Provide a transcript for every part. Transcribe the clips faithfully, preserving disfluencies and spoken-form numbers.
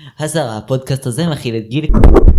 הזרה, הפודקאסט הזה מכיל את גיל...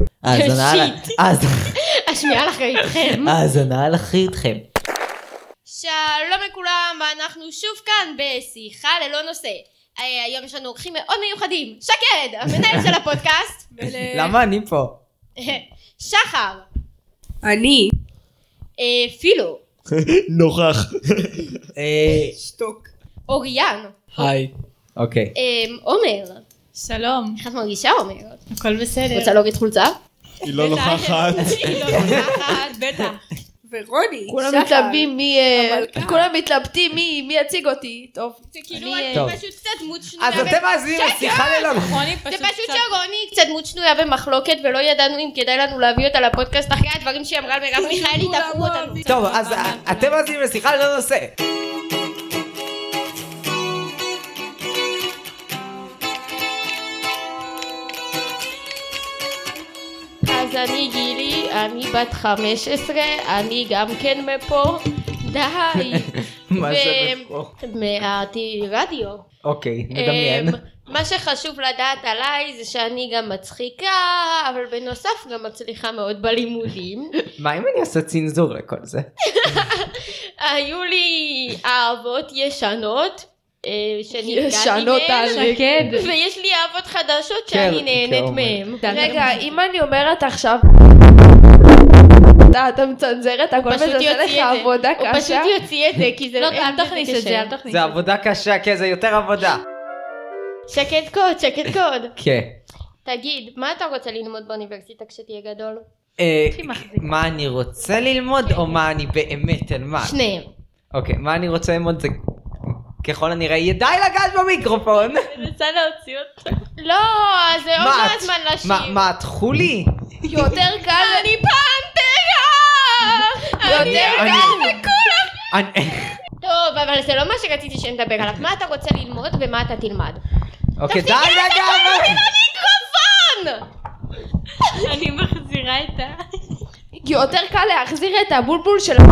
השמיעה לך איתכם. האזנה על אחריתכם. שלום לכולם, ואנחנו שוב כאן בשיחה ללא נושא. היום יש לנו אורחים מאוד מיוחדים. שקד, המנהל של הפודקאסט. למה אני פה? שחר. אני. פילו. נוכח. שתוק. אוריאן. היי. אוקיי. עומר. שלום. איך את מרגישה, עומר? הכל בסדר. רוצה להוריד חולצה? היא לא נוכחת. היא לא נוכחת, בטח. ורוני. כולם מתלבטים מי... כולם מתלבטים מי יציג אותי. טוב. זה כאילו אני פשוט קצת דמות שנויה. אז אתם מאזינים לשיחה ללא נושא. זה פשוט שרוני קצת דמות שנויה במחלוקת ולא ידענו אם כדאי לנו להביא אותה לפודקאסט אחרי הדברים שהיא אמרה על מרב מיכאלי תפרו אותנו. טוב, אז אתם מאזינים לשיחה ללא נושא. אז אני גילי, אני בת חמש עשרה, אני גם כן מפה, די. מה זה מפה? מהרדיו. אוקיי, נדמיין. מה שחשוב לדעת עליי זה שאני גם מצחיקה, אבל בנוסף גם מצליחה מאוד בלימודים. מה אם אני עושה צנזור לכל זה? היו לי אהבות ישנות. ישנות על שקד, ויש לי אהבות חדשות שאני נהנית מהם. רגע, אם אני אומרת עכשיו אתה מצנזר את הכל וזה עושה לך עבודה קשה? הוא פשוט יוציא את זה כי זה לא, אל תכניס את זה, אל תכניס את זה. זה עבודה קשה, כן, זה יותר עבודה. שקד קוד, שקד קוד. כן. תגיד, מה אתה רוצה ללמוד באוניברסיטה כשתהיה גדול? מה אני רוצה ללמוד או מה אני באמת אלמד? שניהם. אוקיי, מה אני רוצה ללמוד זה ככל הנראה ידעי לגעת במיקרופון. אני רוצה להוציא אותו. לא, זה עוד לא הזמן לשיר. מה, את חולי? יותר קל. אני פנתרה! יותר קל. וכולם. טוב, אבל זה לא מה שרציתי שנדבר עליו. מה אתה רוצה ללמוד ומה אתה תלמד? אוקיי, די לגעת במיקרופון! אני מחזירה את ה... יותר קל להחזיר את הבולבול של...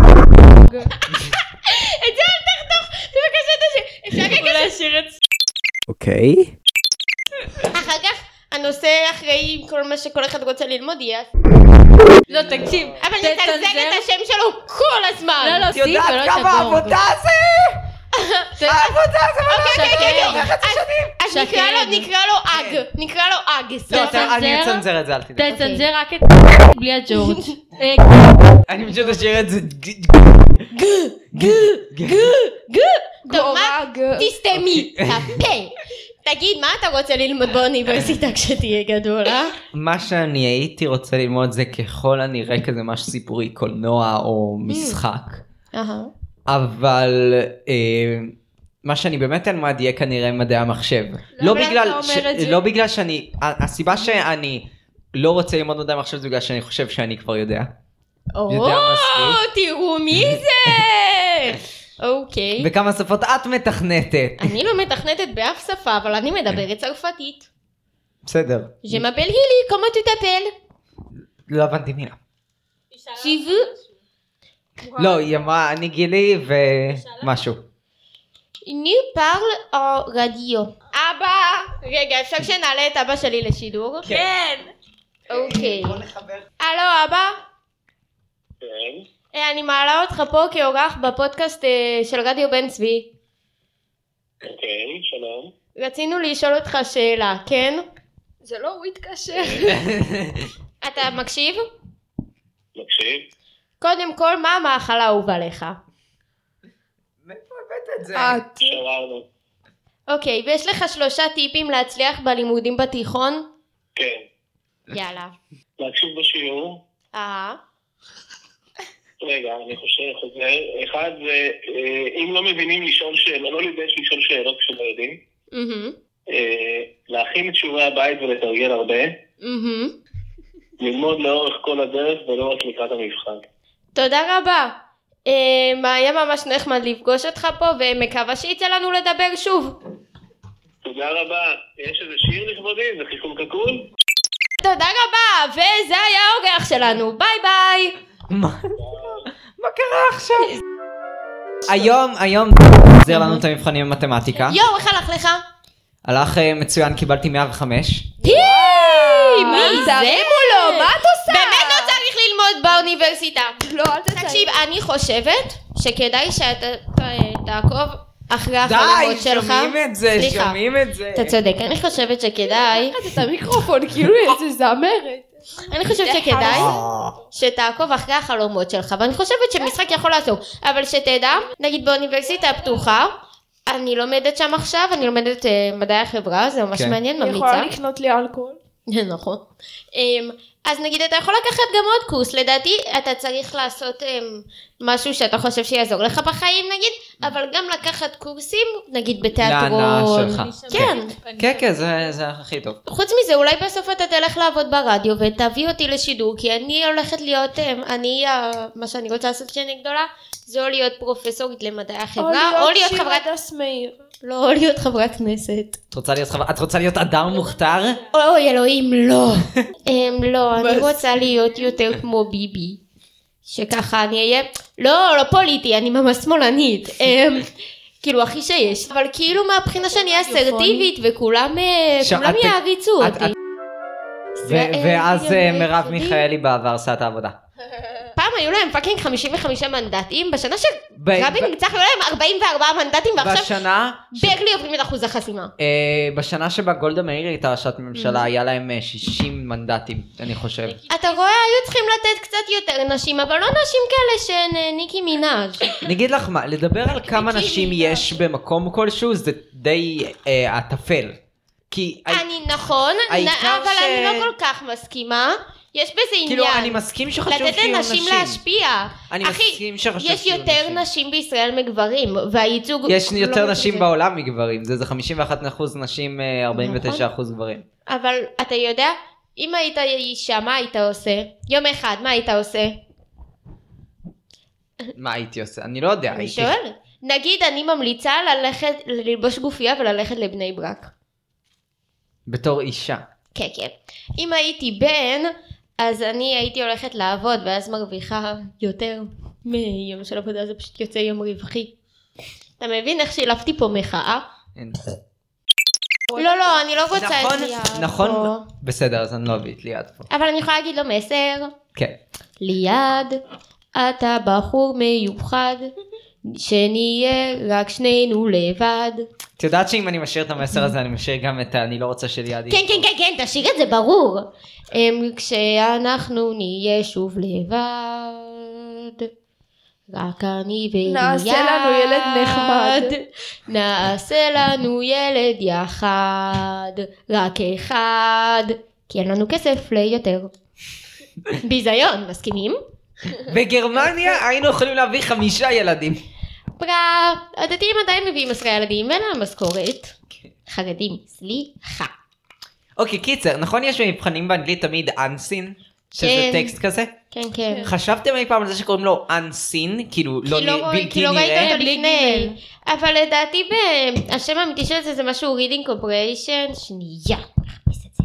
את זה אל תחתוך, זה בקשה תשאיר, אפשר רגע להשאיר את זה. אוקיי. אחר כך הנושא אחרי כל מה שכל אחד רוצה ללמוד יהיה. לא, תקשיב. אבל נתנזר את השם שלו כל הזמן. לא, לא, את יודעת כמה עבודה זה? העבודה זה מה אוקיי, אז נקרא לו, נקרא לו אג, נקרא לו אג. לא, אני אצנזר את זה, אל תדאג. תצנזר רק את בלי הג'ורג'. אני פשוט אשאיר את זה. גו, גו, גו, גו. טוב, מה? תסתמי את הפה. תגיד, מה אתה רוצה ללמוד באוניברסיטה כשתהיה גדול, אה? מה שאני הייתי רוצה ללמוד זה ככל הנראה כזה משהו סיפורי, קולנוע או משחק. אבל מה שאני באמת אלמד יהיה כנראה מדעי המחשב. לא בגלל שאני, הסיבה שאני לא רוצה ללמוד מדעי המחשב זה בגלל שאני חושב שאני כבר יודע. או, תראו מי זה! אוקיי. וכמה שפות את מתכנתת? אני לא מתכנתת באף שפה, אבל אני מדברת צרפתית. בסדר. Je m'appelle הילי, comment tu t'appelles? לא הבנתי מילה. שיבו? לא, היא אמרה, אני גילי ומשהו. אני parle en radio. אבא! רגע, אפשר שנעלה את אבא שלי לשידור? כן. אוקיי. הלו, אבא? כן. אני מעלה אותך פה כאורח בפודקאסט של רדיו בן צבי. אוקיי, שלום. רצינו לשאול אותך שאלה, כן? זה לא הוא התקשר. אתה מקשיב? מקשיב. קודם כל, מה המאכל האהוב עליך? מאיפה הבאת את זה? שווארמה. אוקיי, ויש לך שלושה טיפים להצליח בלימודים בתיכון? כן. יאללה. להקשיב בשיעור. אה. רגע, אני חושב חוזר. אחד זה, אם לא מבינים לשאול שאלות, לא להתבייש לשאול שאלות כשלא יודעים. להכין את שיעורי הבית ולתרגל הרבה. ללמוד לאורך כל הדרך ולא רק לקראת המבחן. תודה רבה. היה ממש נחמד לפגוש אותך פה ומקווה שיצא לנו לדבר שוב. תודה רבה. יש איזה שיר לכבודי? זה חיכום קקול? תודה רבה, וזה היה האורח שלנו. ביי ביי. מה קרה עכשיו? היום, היום תחזיר לנו את המבחנים במתמטיקה. יואו, איך הלך לך? הלך מצוין, קיבלתי מאה וחמש. פי! מי? זה מולו, מה את עושה? באמת לא צריך ללמוד באוניברסיטה. לא, אל תצא. תקשיב, אני חושבת שכדאי שאתה תעקוב אחרי החלומות שלך. די, שומעים את זה, שומעים את זה. אתה צודק, אני חושבת שכדאי... את המיקרופון, כאילו איזה זמרת. אני חושבת שכדאי שתעקוב אחרי החלומות שלך, ואני חושבת שמשחק יכול לעזור, אבל שתדע, נגיד באוניברסיטה הפתוחה, אני לומדת שם עכשיו, אני לומדת מדעי החברה, זה ממש מעניין, ממליצה. אני יכולה לקנות לי אלכוהול. נכון. אז נגיד אתה יכול לקחת גם עוד קורס, לדעתי אתה צריך לעשות משהו שאתה חושב שיעזור לך בחיים נגיד, אבל גם לקחת קורסים נגיד בתיאטרון. להנאה שלך. כן. כן, כן, זה הכי טוב. חוץ מזה אולי בסוף אתה תלך לעבוד ברדיו ותביא אותי לשידור, כי אני הולכת להיות, אני, מה שאני רוצה לעשות כשאני גדולה, זה או להיות פרופסורית למדעי החברה, או להיות חברת... לא, או להיות חברת כנסת. את רוצה להיות חברת... את רוצה להיות אדם מוכתר? אוי אלוהים, לא. לא, אני רוצה להיות יותר כמו ביבי. שככה אני אהיה... לא, לא פוליטי, אני ממש שמאלנית. כאילו הכי שיש. אבל כאילו מהבחינה שאני אסרטיבית וכולם יעריצו אותי. ואז מרב מיכאלי בעבר עשה את העבודה. פעם היו להם פאקינג חמישים וחמישה מנדטים, בשנה שרבין ניצח היו להם ארבעים וארבעה מנדטים, ועכשיו ברלי עוברים את אחוז החסימה. בשנה שבה גולדה מאיר הייתה ראשת ממשלה, היה להם שישים מנדטים, אני חושב. אתה רואה, היו צריכים לתת קצת יותר נשים, אבל לא נשים כאלה שהן ניקי מינאז'. נגיד לך מה, לדבר על כמה נשים יש במקום כלשהו, זה די הטפל. אני נכון, אבל אני לא כל כך מסכימה. יש בזה עניין. כאילו, אני מסכים שחשוב שיהיו נשים. לתת לנשים להשפיע. אני מסכים שחשוב שיהיו נשים. יש יותר נשים בישראל מגברים, והייצוג... יש יותר נשים בעולם מגברים, זה חמישים ואחד אחוז נשים, ארבעים ותשעה אחוז גברים. אבל אתה יודע, אם היית אישה, מה היית עושה? יום אחד, מה היית עושה? מה הייתי עושה? אני לא יודע. אני שואלת. נגיד, אני ממליצה ללכת, ללבוש גופייה וללכת לבני ברק. בתור אישה. כן, כן. אם הייתי בן... אז אני הייתי הולכת לעבוד, ואז מרוויחה יותר מיום של עבודה, זה פשוט יוצא יום רווחי. אתה מבין איך שילפתי פה מחאה? לא, לא, אני לא רוצה את ליעד פה. נכון, בסדר, אז אני לא אביא את ליעד פה. אבל אני יכולה להגיד לו מסר. כן. ליעד, אתה בחור מיוחד, שנהיה רק שנינו לבד. את יודעת שאם אני משאיר את המסר הזה, אני משאיר גם את אני לא רוצה שליעד יהיה. כן, כן, כן, כן, תשאיר את זה ברור. כשאנחנו נהיה שוב לבד, רק אני וליעד. נעשה לנו ילד נחמד. נעשה לנו ילד יחד, רק אחד, כי אין לנו כסף ליותר. ביזיון, מסכימים? בגרמניה היינו יכולים להביא חמישה ילדים. ברה, הדתיים עדיין מביאים עשרה ילדים, ואין להם משכורת. חרדים, סליחה. אוקיי, קיצר, נכון יש מבחנים באנגלית תמיד unseen, שזה טקסט כזה? כן, כן. חשבתם אי פעם על זה שקוראים לו unseen, כאילו לא בלתי כי לא ראית נראה? אותו לפני. אבל לדעתי השם האמיתי של זה זה משהו reading comprehension, שנייה, נחפש את זה.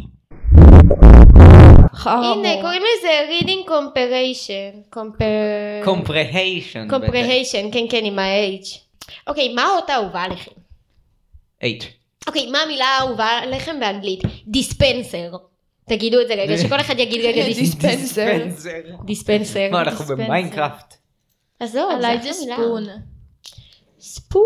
הנה, קוראים לזה reading comprehension. comprehension. comprehension, כן, כן, עם ה-H. אוקיי, מה האות האהובה עליכם? H. אוקיי, מה המילה האהובה עליכם באנגלית? דיספנסר. תגידו את זה רגע, שכל אחד יגיד רגע דיספנסר. דיספנסר. מה, אנחנו במיינקראפט. אז זהו, עליי זה ספון. ספון.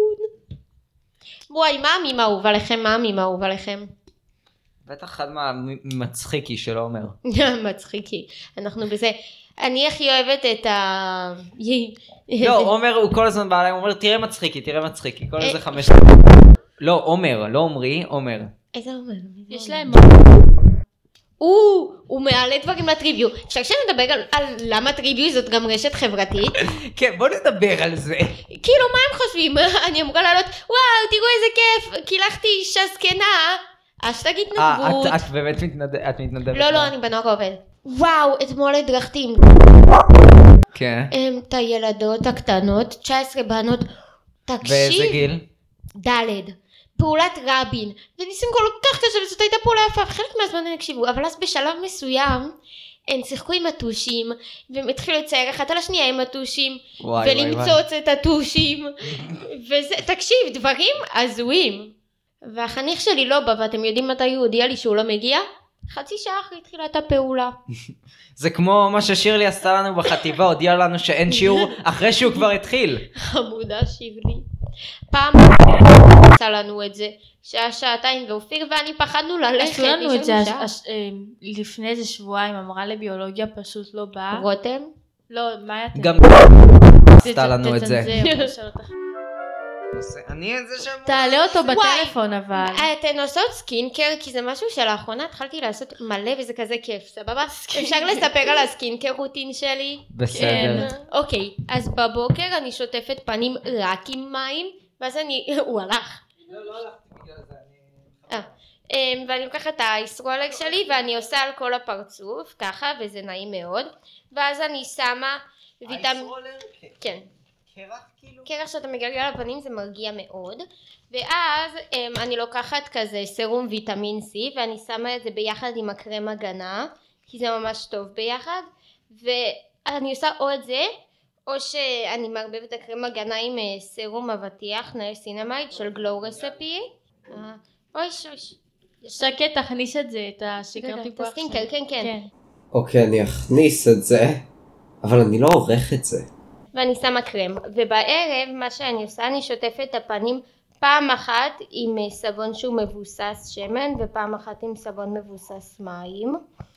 וואי, מה המימה האהובה לכם? מה המימה האהובה לכם? בטח אחד מהמצחיקי שלא אומר. מצחיקי, אנחנו בזה. אני הכי אוהבת את ה... לא, עומר הוא כל הזמן בעלי, הוא אומר תראה מצחיקי, תראה מצחיקי, כל איזה חמש... לא, עומר, לא עומרי, עומר. איזה עומר? יש להם... הוא, הוא מעלה דברים לטריוויו. עכשיו כשנדבר על, על למה טריוויו זאת גם רשת חברתית. כן, בוא נדבר על זה. כאילו מה הם חושבים? אני אמורה לעלות, וואו, תראו איזה כיף, קילחתי אישה זקנה. אז תגיד נבוט. את באמת מתנדבת? לא, לא, אני בנוער עובד. וואו, אתמול הדרכתי עם... כן. את הילדות הקטנות, תשע עשרה בנות. תקשיב. באיזה גיל? ד'. פעולת רבין, וניסים כל כך קשה, וזאת הייתה פעולה יפה, וחלק מהזמן הם הקשיבו, אבל אז בשלב מסוים, הם שיחקו עם הטושים, והם התחילו לצייר אחת על השנייה עם הטושים, ולמצוץ את הטושים, וזה, תקשיב, דברים הזויים. והחניך שלי לא בא, ואתם יודעים מתי הוא הודיע לי שהוא לא מגיע? חצי שעה אחרי תחילת הפעולה. זה כמו מה ששירלי עשתה לנו בחטיבה, הודיעה לנו שאין שיעור אחרי שהוא כבר התחיל. חמודה שירלי. פעם עשה לנו את זה, שעה שעתיים ואופיר ואני פחדנו ללכת. עשו לנו את זה לפני איזה שבועיים, אמרה לביולוגיה פשוט לא באה. רותם? לא, מה היה? גם עשתה לנו את זה. אני את זה שם. תעלה אותו בטלפון אבל. אתן עושות סקינקר כי זה משהו שלאחרונה התחלתי לעשות מלא וזה כזה כיף, סבבה? אפשר לספר על הסקינקר רוטין שלי? בסדר. אוקיי, אז בבוקר אני שוטפת פנים רק עם מים ואז אני, הוא הלך. לא, לא הלכתי בגלל זה, אני... ואני לוקחת את האיסרולג שלי ואני עושה על כל הפרצוף ככה וזה נעים מאוד ואז אני שמה ויטמין... האיסרולג? כן. קרח כאילו? קרח שאתה מגלגל על הפנים זה מרגיע מאוד ואז אני לוקחת כזה סרום ויטמין C ואני שמה את זה ביחד עם הקרם הגנה כי זה ממש טוב ביחד ואני עושה או את זה או שאני מערבבת את הקרם הגנה עם סרום אבטיח ניאסינמייד של גלו רסיפי. אוי שוש שקט תכניס את זה את השקרתי פה עכשיו. כן כן אוקיי אני אכניס את זה אבל אני לא עורך את זה ואני שמה קרם ובערב מה שאני עושה אני שוטפת את הפנים פעם אחת עם סבון שהוא מבוסס שמן ופעם אחת עם סבון מבוסס מים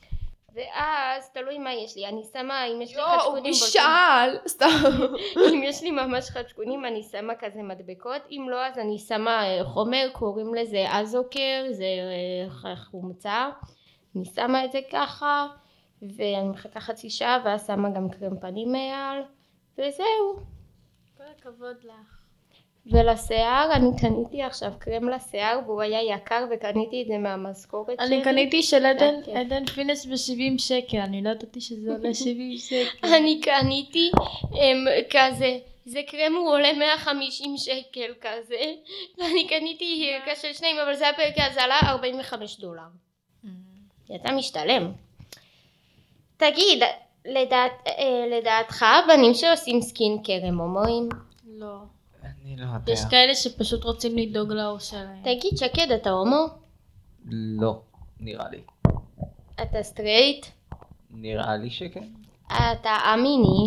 ואז תלוי מה יש לי אני שמה אם יש לי חדשקונים יואו משאל סתם אם יש לי ממש חדשקונים אני שמה כזה מדבקות אם לא אז אני שמה חומר קוראים לזה אזוקר זה חומצה אני שמה את זה ככה ואני מחכה חצי שעה ואז שמה גם קרם פנים מעל וזהו. כל הכבוד לך. ולשיער אני קניתי עכשיו קרם לשיער והוא היה יקר וקניתי את זה מהמשכורת שלי. אני קניתי של עדן פינס ב-שבעים שקל, אני לא ידעתי שזה עולה שבעים שקל. אני קניתי כזה, זה קרם הוא עולה מאה וחמישים שקל כזה ואני קניתי ערכה של שניים אבל זה הפרקה זה עלה ארבעים וחמישה דולר. יצא משתלם. תגיד לדעת, אה, לדעתך בנים שעושים סקינקר הם הומואים? לא. אני לא יודע. יש כאלה שפשוט רוצים לדאוג לעור שלהם. תגיד שקד אתה הומו? לא, נראה לי. אתה סטרייט? נראה לי שכן. אתה אמיני?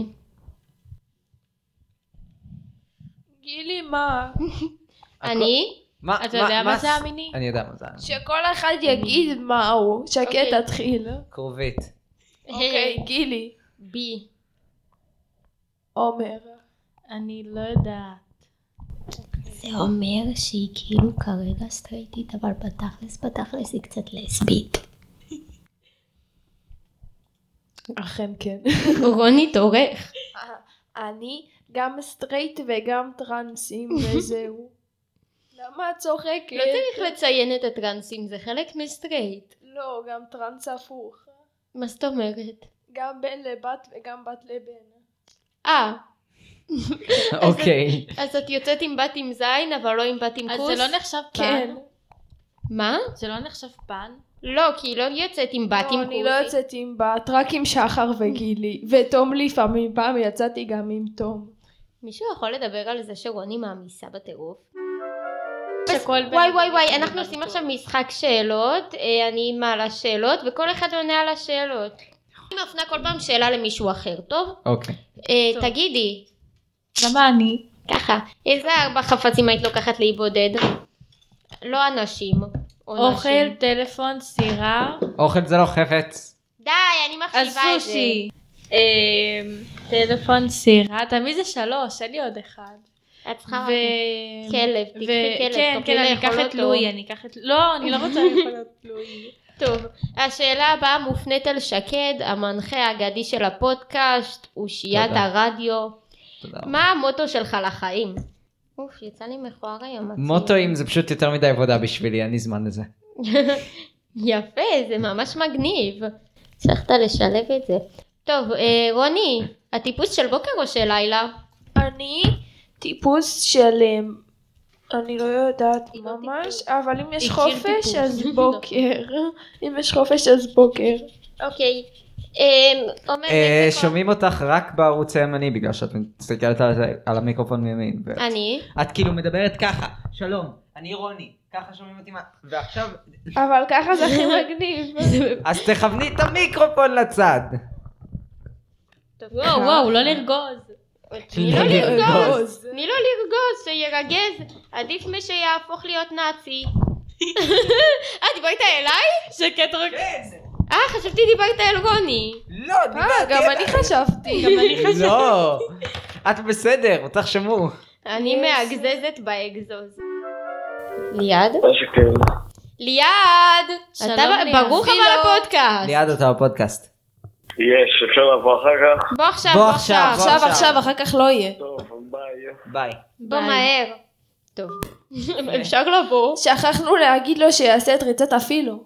גילי מה? אני? מה, אתה יודע מה זה אמיני? אני יודע מה זה אמיני. שכל אחד יגיד מה הוא. שקד תתחיל. קרובית. אוקיי, גילי. בי. עומר. אני לא יודעת. זה אומר שהיא כאילו כרגע סטרייטית אבל בתכלס בתכלס היא קצת לסבית. אכן כן. רוני תורך. אני גם סטרייט וגם טרנסים וזהו. למה את צוחקת? לא צריך לציין את הטרנסים זה חלק מסטרייט. לא, גם טרנס הפוך. מה זאת אומרת? גם בן לבת וגם בת לבן. אה. אוקיי. אז את יוצאת עם בת עם זין אבל לא עם בת עם כוס? אז זה לא נחשב פן? כן. מה? זה לא נחשב פן? לא, כי היא לא יוצאת עם בת עם כוס. לא, אני לא יוצאת עם בת, רק עם שחר וגילי. ותום לפעמים, פעם יצאתי גם עם תום. מישהו יכול לדבר על זה שרוני מעמיסה בטירוף? שכל וואי וואי וואי, אנחנו עושים עכשיו משחק שאלות, אני מעלה שאלות וכל אחד עונה על השאלות. אני מפנה כל פעם שאלה למישהו אחר, טוב? אוקיי. תגידי. למה אני? ככה, איזה ארבע חפצים היית לוקחת להיבודד? לא אנשים. אוכל, טלפון, סירה. אוכל זה לא חפץ. די, אני מחשיבה את זה. אז סושי. טלפון, סירה. תמיד זה שלוש, אין לי עוד אחד. את צריכה כלב, תקחי כלב. כן, כן, אני אקח את לואי, אני אקח את... לא, אני לא רוצה לאכול את לואי. טוב, השאלה הבאה מופנית על שקד, המנחה האגדי של הפודקאסט, אושיית הרדיו. תודה. מה המוטו שלך לחיים? אוף, יצא לי מכוער היום. מוטואים זה פשוט יותר מדי עבודה בשבילי, אין לי זמן לזה. יפה, זה ממש מגניב. צריכת לשלב את זה. טוב, רוני, הטיפוס של בוקר או של לילה? אני טיפוס של... אני לא יודעת ממש, אבל אם יש חופש אז בוקר. אם יש חופש אז בוקר. אוקיי. שומעים אותך רק בערוץ הימני בגלל שאת מסתכלת על המיקרופון מימין. אני? את כאילו מדברת ככה, שלום, אני רוני, ככה שומעים אותי, ועכשיו... אבל ככה זה הכי מגניב. אז תכווני את המיקרופון לצד. וואו וואו, לא לרגוז. תני לא לרגוז, תני לא לרגוז, שירגז, עדיף מי שיהפוך להיות נאצי. אה, דיברת אליי? שקט רק. אה, חשבתי דיברת אל רוני. לא, דיברתי אה, גם אני חשבתי. גם אני חשבתי. לא, את בסדר, אותך שמעו. אני מאגזזת באגזוז. ליעד? שכן. ליעד! שלום, אתה ליעד. ברוך הבא לפודקאסט. ליעד אתה בפודקאסט. יש, אפשר לבוא אחר כך? בוא עכשיו, בוא בוא עכשיו, עכשיו. עכשיו, עכשיו, אחר כך לא יהיה. טוב, ביי. ביי. בוא מהר. טוב. אפשר לבוא. שכחנו להגיד לו שיעשה את ריצת אפילו.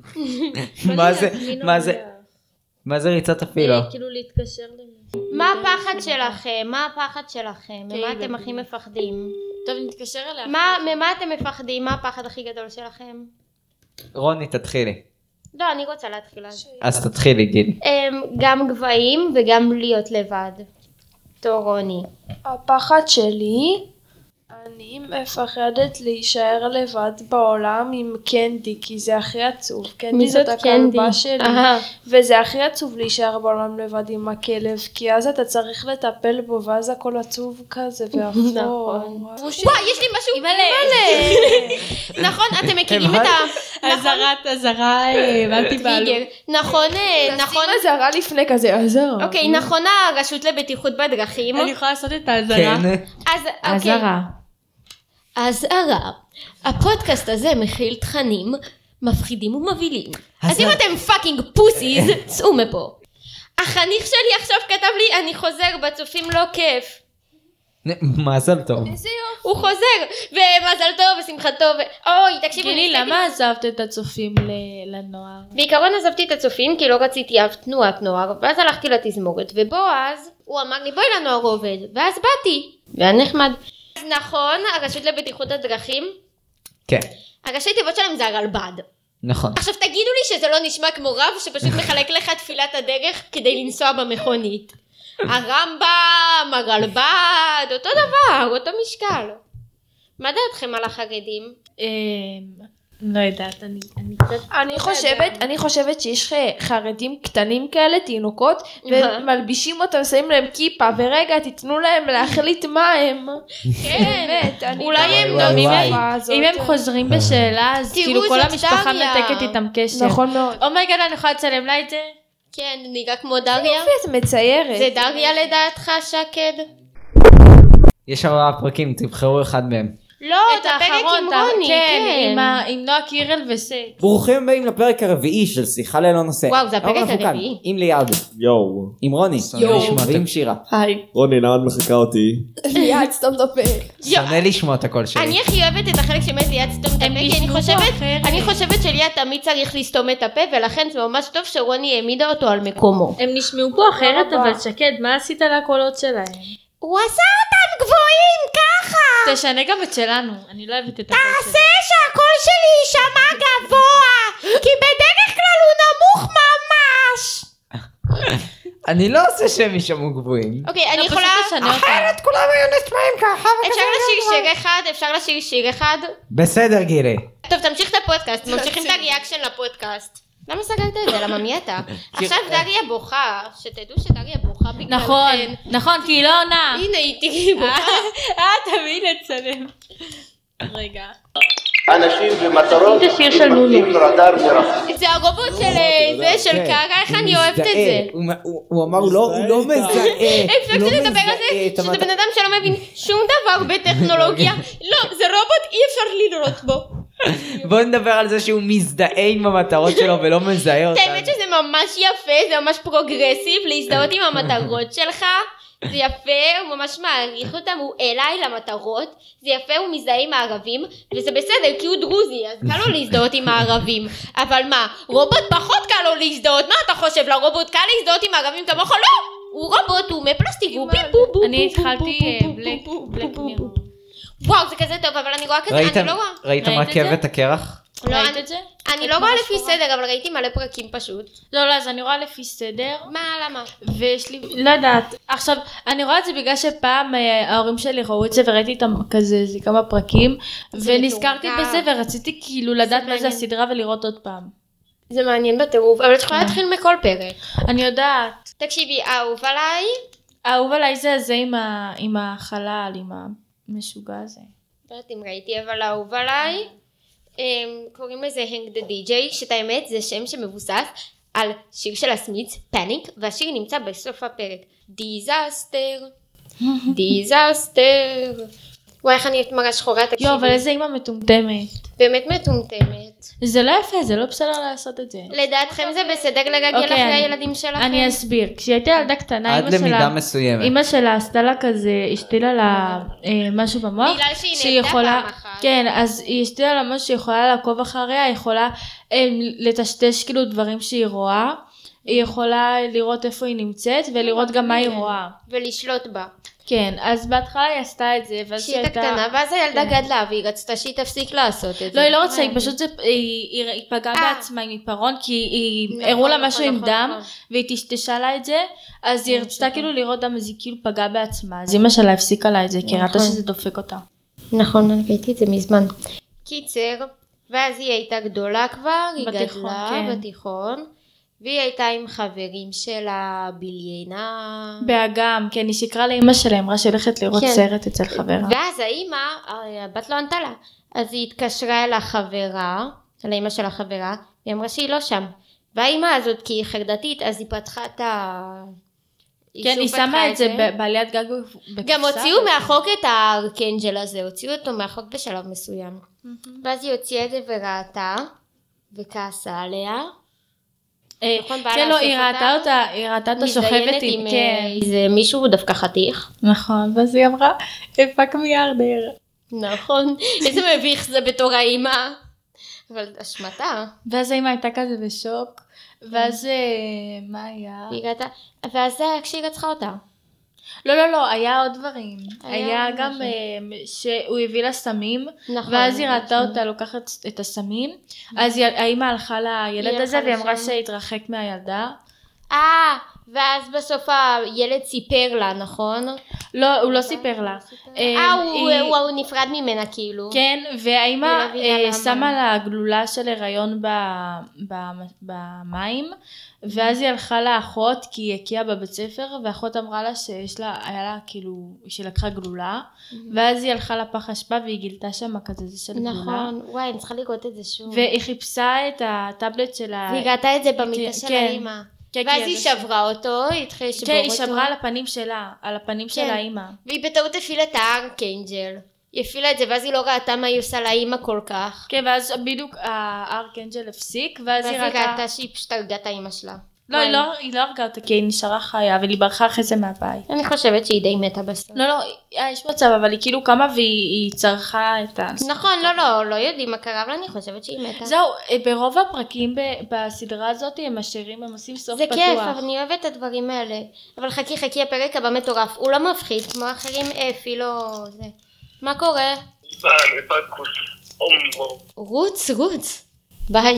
מה זה, מה זה, מה זה ריצת אפילו? כאילו להתקשר לזה. מה הפחד שלכם? מה הפחד שלכם? ממה אתם הכי מפחדים? טוב, נתקשר אליה. מה, ממה אתם מפחדים? מה הפחד הכי גדול שלכם? רוני תתחילי. לא, אני רוצה להתחיל אז. אז תתחילי גיל. אמ, גם גבהים וגם להיות לבד. תור רוני. הפחד שלי, אני מפחדת להישאר לבד בעולם עם קנדי, כי זה הכי עצוב. קנדי זאת הכלבה שלי, וזה הכי עצוב להישאר בעולם לבד עם הכלב, כי אז אתה צריך לטפל בו, ואז הכל עצוב כזה ואפור. וואי, יש לי משהו מלא. נכון, אתם מכירים את ה... הזרת, הזרה, הבנתי בעלו. נכון, נכון. שים הזרה לפני כזה, הזרה. אוקיי, נכון הרשות לבטיחות בדרכים. אני יכולה לעשות את ההזרה. כן. אז אוקיי. אזהרה, הפודקאסט הזה מכיל תכנים מפחידים ומבהילים. אז אם אתם פאקינג פוסיז, צאו מפה. החניך שלי עכשיו כתב לי, אני חוזר, בצופים לא כיף. מזל טוב. הוא חוזר, ומזל טוב ושמחה טוב. אוי, תקשיבו. גילי, למה עזבת את הצופים לנוער? בעיקרון עזבתי את הצופים כי לא רציתי אף תנועת נוער, ואז הלכתי לתזמורת, ובועז, הוא אמר לי בואי לנוער עובד, ואז באתי, והיה נחמד. אז נכון, הרשות לבטיחות הדרכים, כן. הראשי תיבות שלהם זה הרלב"ד. נכון. עכשיו תגידו לי שזה לא נשמע כמו רב שפשוט מחלק לך תפילת הדרך כדי לנסוע במכונית. הרמב"ם, הרלב"ד, אותו דבר, אותו משקל. מה דעתכם על החרדים? לא יודעת, אני קצת... אני חושבת, אני חושבת שיש חרדים קטנים כאלה, תינוקות, ומלבישים אותם, שמים להם כיפה, ורגע תיתנו להם להחליט מה הם. כן, אולי הם נותנים, אם הם חוזרים בשאלה, אז כאילו כל המשפחה מתקת איתם קשר. נכון מאוד. אומייגד, אני יכולה לצלם לה את זה? כן, נראה כמו דריה. את מציירת. זה דריה לדעתך, שקד? יש ארבעה פרקים, תבחרו אחד מהם. לא, את הפרק עם רוני, כן, עם נועה קירל וסט. ברוכים הבאים לפרק הרביעי של שיחה ללא נושא. וואו, זה הפרק הרביעי. עם ליעד, יואו. עם רוני, ועם שירה. היי. רוני, למה את מחכה אותי? ליעד, סתום את הפה. שונא לשמוע את הקול שלי. אני הכי אוהבת את החלק שמאז ליעד סתום את הפה, כי אני חושבת, אני חושבת שליעד תמיד צריך לסתום את הפה, ולכן זה ממש טוב שרוני העמידה אותו על מקומו. הם נשמעו פה אחרת, אבל שקד, מה עשית לקולות שלהם? הוא עשה אותם גבוהים ככה. תשנה גם את שלנו, אני לא אוהבת את הקול שלי. תעשה שהקול שלי יישמע גבוה, כי בדרך כלל הוא נמוך ממש. אני לא עושה שהם יישמעו גבוהים. אוקיי, אני יכולה... אחרת כולם היו נשמעים ככה. אפשר לשיר שיר אחד? אפשר לשיר שיר אחד? בסדר גילי. טוב, תמשיך את הפודקאסט, ממשיכים את הריאקשן לפודקאסט. למה סגרת את זה? למה מי אתה? עכשיו דריה בוכה, שתדעו שדריה בוכה בגללכן. נכון, נכון, כי היא לא עונה. הנה, היא תראי בוכה. אה, תמיד לצלם. רגע. אנשים ומטרות עם רדאר מרחוק. זה הרובוט של זה, של קארה, איך אני אוהבת את זה. הוא אמר הוא לא מזהה. אפשר לדבר על זה, שזה בן אדם שלא מבין שום דבר בטכנולוגיה. לא, זה רובוט, אי אפשר לראות בו. בוא נדבר על זה שהוא מזדהה עם המטרות שלו ולא מזהה אותן. האמת שזה ממש יפה, זה ממש פרוגרסיב, להזדהות עם המטרות שלך. זה יפה, הוא ממש מעריך אותם, הוא אליי למטרות, זה יפה, הוא מזדהה עם הערבים, וזה בסדר, כי הוא דרוזי, אז קל לו להזדהות עם הערבים. אבל מה, רובוט פחות קל לו להזדהות, מה אתה חושב, לרובוט קל להזדהות עם הערבים כמוך? לא! הוא רובוט, הוא מפלסטיק, הוא פיפו בו. אני התחלתי בלק מירור. וואו, זה כזה טוב, אבל אני רואה כזה, אני לא רואה. ראיתם רכבת הקרח? ראית את זה? אני לא רואה לפי סדר, אבל ראיתי מלא פרקים פשוט. לא, לא, אז אני רואה לפי סדר. מה, למה? ויש לי, לא יודעת. עכשיו, אני רואה את זה בגלל שפעם ההורים שלי ראו את זה וראיתי איתם כזה, זה כמה פרקים, ונזכרתי בזה ורציתי כאילו לדעת מה זה הסדרה ולראות עוד פעם. זה מעניין בטירוף, אבל את יכולה להתחיל מכל פרק. אני יודעת. תקשיבי, אהוב עליי? אהוב עליי זה הזה עם החלל, עם המשוגע הזה. לא יודעת אם ראיתי, אבל אהוב עליי. קוראים לזה הנג דה די-ג'יי, שאת האמת זה שם שמבוסס על שיר של הסמיץ, פאניק, והשיר נמצא בסוף הפרק. דיזסטר, דיזסטר. וואי, איך אני את מראה שחורה, תקשיבי. יו, אבל איזה אימא מטומטמת. באמת מטומטמת. זה לא יפה, זה לא בסדר לעשות את זה. לדעתכם זה בסדר לגגל אחרי הילדים שלכם? אני אסביר. כשהייתה ילדה קטנה, עד למידה מסוימת. אמא שלה עשתה לה כזה, השתילה לה משהו במוח. בגלל שהיא נהייתה פעם אחת. כן, אז היא השתילה לה משהו שיכולה לעקוב אחריה, היא יכולה לטשטש כאילו דברים שהיא רואה, היא יכולה לראות איפה היא נמצאת, ולראות גם מה היא רואה. ולשלוט בה. כן, אז בהתחלה היא עשתה את זה, ואז שהיא הייתה קטנה, ואז הילדה גדלה, והיא רצתה שהיא תפסיק לעשות את זה. לא, היא לא רצתה, היא פשוט, היא פגעה בעצמה עם עיפרון, כי הראו לה משהו עם דם, והיא תשתשה לה את זה, אז היא רצתה כאילו לראות דם, אז היא כאילו פגעה בעצמה, אז אמא שלה הפסיקה לה את זה, כי ראתה שזה דופק אותה. נכון, אני ראיתי את זה מזמן. קיצר, ואז היא הייתה גדולה כבר, היא גדלה בתיכון, והיא הייתה עם חברים שלה בליינה. באגם, כן, היא שיקרה לאמא שלה, אמרה שהלכת לראות כן. סרט אצל חברה. ואז האמא, הבת לא ענתה לה, אז היא התקשרה אל החברה, אל האמא של החברה, והיא אמרה שהיא לא שם. והאמא הזאת, כי היא חרדתית, אז היא פתחה את ה... כן, היא שמה את זה בעליית גג בקופסה. גם הוציאו מהחוק את הארקנג'ל הזה, הוציאו אותו מהחוק בשלב מסוים. ואז היא הוציאה את זה וראתה, וכעסה עליה. כן, לא, היא ראתה אותה, היא ראתה אותה שוכבת עם, כן. זה מישהו דווקא חתיך. נכון, ואז היא אמרה, הפק מיליארדר. נכון, איזה מביך זה בתור האמא. אבל אשמתה. ואז האמא הייתה כזה בשוק, ואז מה היה? היא ראתה, ואז זה היה כשהיא רצחה אותה. לא, לא, לא, היה עוד דברים. היה גם שהוא הביא לה סמים, ואז היא ראתה אותה לוקחת את הסמים, אז האמא הלכה לילד הזה והיא אמרה שהתרחק מהילדה. אה, ואז בסוף הילד סיפר לה, נכון? לא, הוא לא סיפר לה. אה, הוא נפרד ממנה כאילו. כן, והאמא שמה לה גלולה של הריון במים, ואז היא הלכה לאחות כי היא הקיעה בבית ספר, ואחות אמרה לה שיש לה, היה לה כאילו, שהיא לקחה גלולה, ואז היא הלכה לפח אשפה והיא גילתה שם כזה זה של גלולה. נכון, וואי, אני צריכה לראות את זה שוב. והיא חיפשה את הטאבלט שלה. והיא ראתה את זה במיטה של האמא. ואז היא שברה אותו, היא התחילה לשבור אותו. כן, היא שברה על הפנים שלה, על הפנים של האמא. והיא בטעות הפעילה את הארקנג'ל. היא הפעילה את זה, ואז היא לא ראתה מה היא עושה לאמא כל כך. כן, ואז בדיוק הארקנג'ל הפסיק, ואז היא ראתה... ואז היא ראתה שהיא פשוט הרגה את האמא שלה. לא, היא לא הרגה אותה, כי היא נשארה חיה, אבל היא ברחה אחרי זה מהבית. אני חושבת שהיא די מתה בסוף. לא, לא, יש מצב, אבל היא כאילו קמה והיא צרכה את ה... נכון, לא, לא, לא יודעים מה קרה, אבל אני חושבת שהיא מתה. זהו, ברוב הפרקים בסדרה הזאת הם משאירים, הם עושים סוף פתוח. זה כיף, אבל אני אוהבת את הדברים האלה. אבל חכי, חכי, הפרק הבא מטורף, הוא לא מפחיד, כמו אחרים, אפי, לא... זה. מה קורה? רוץ, רוץ. ביי.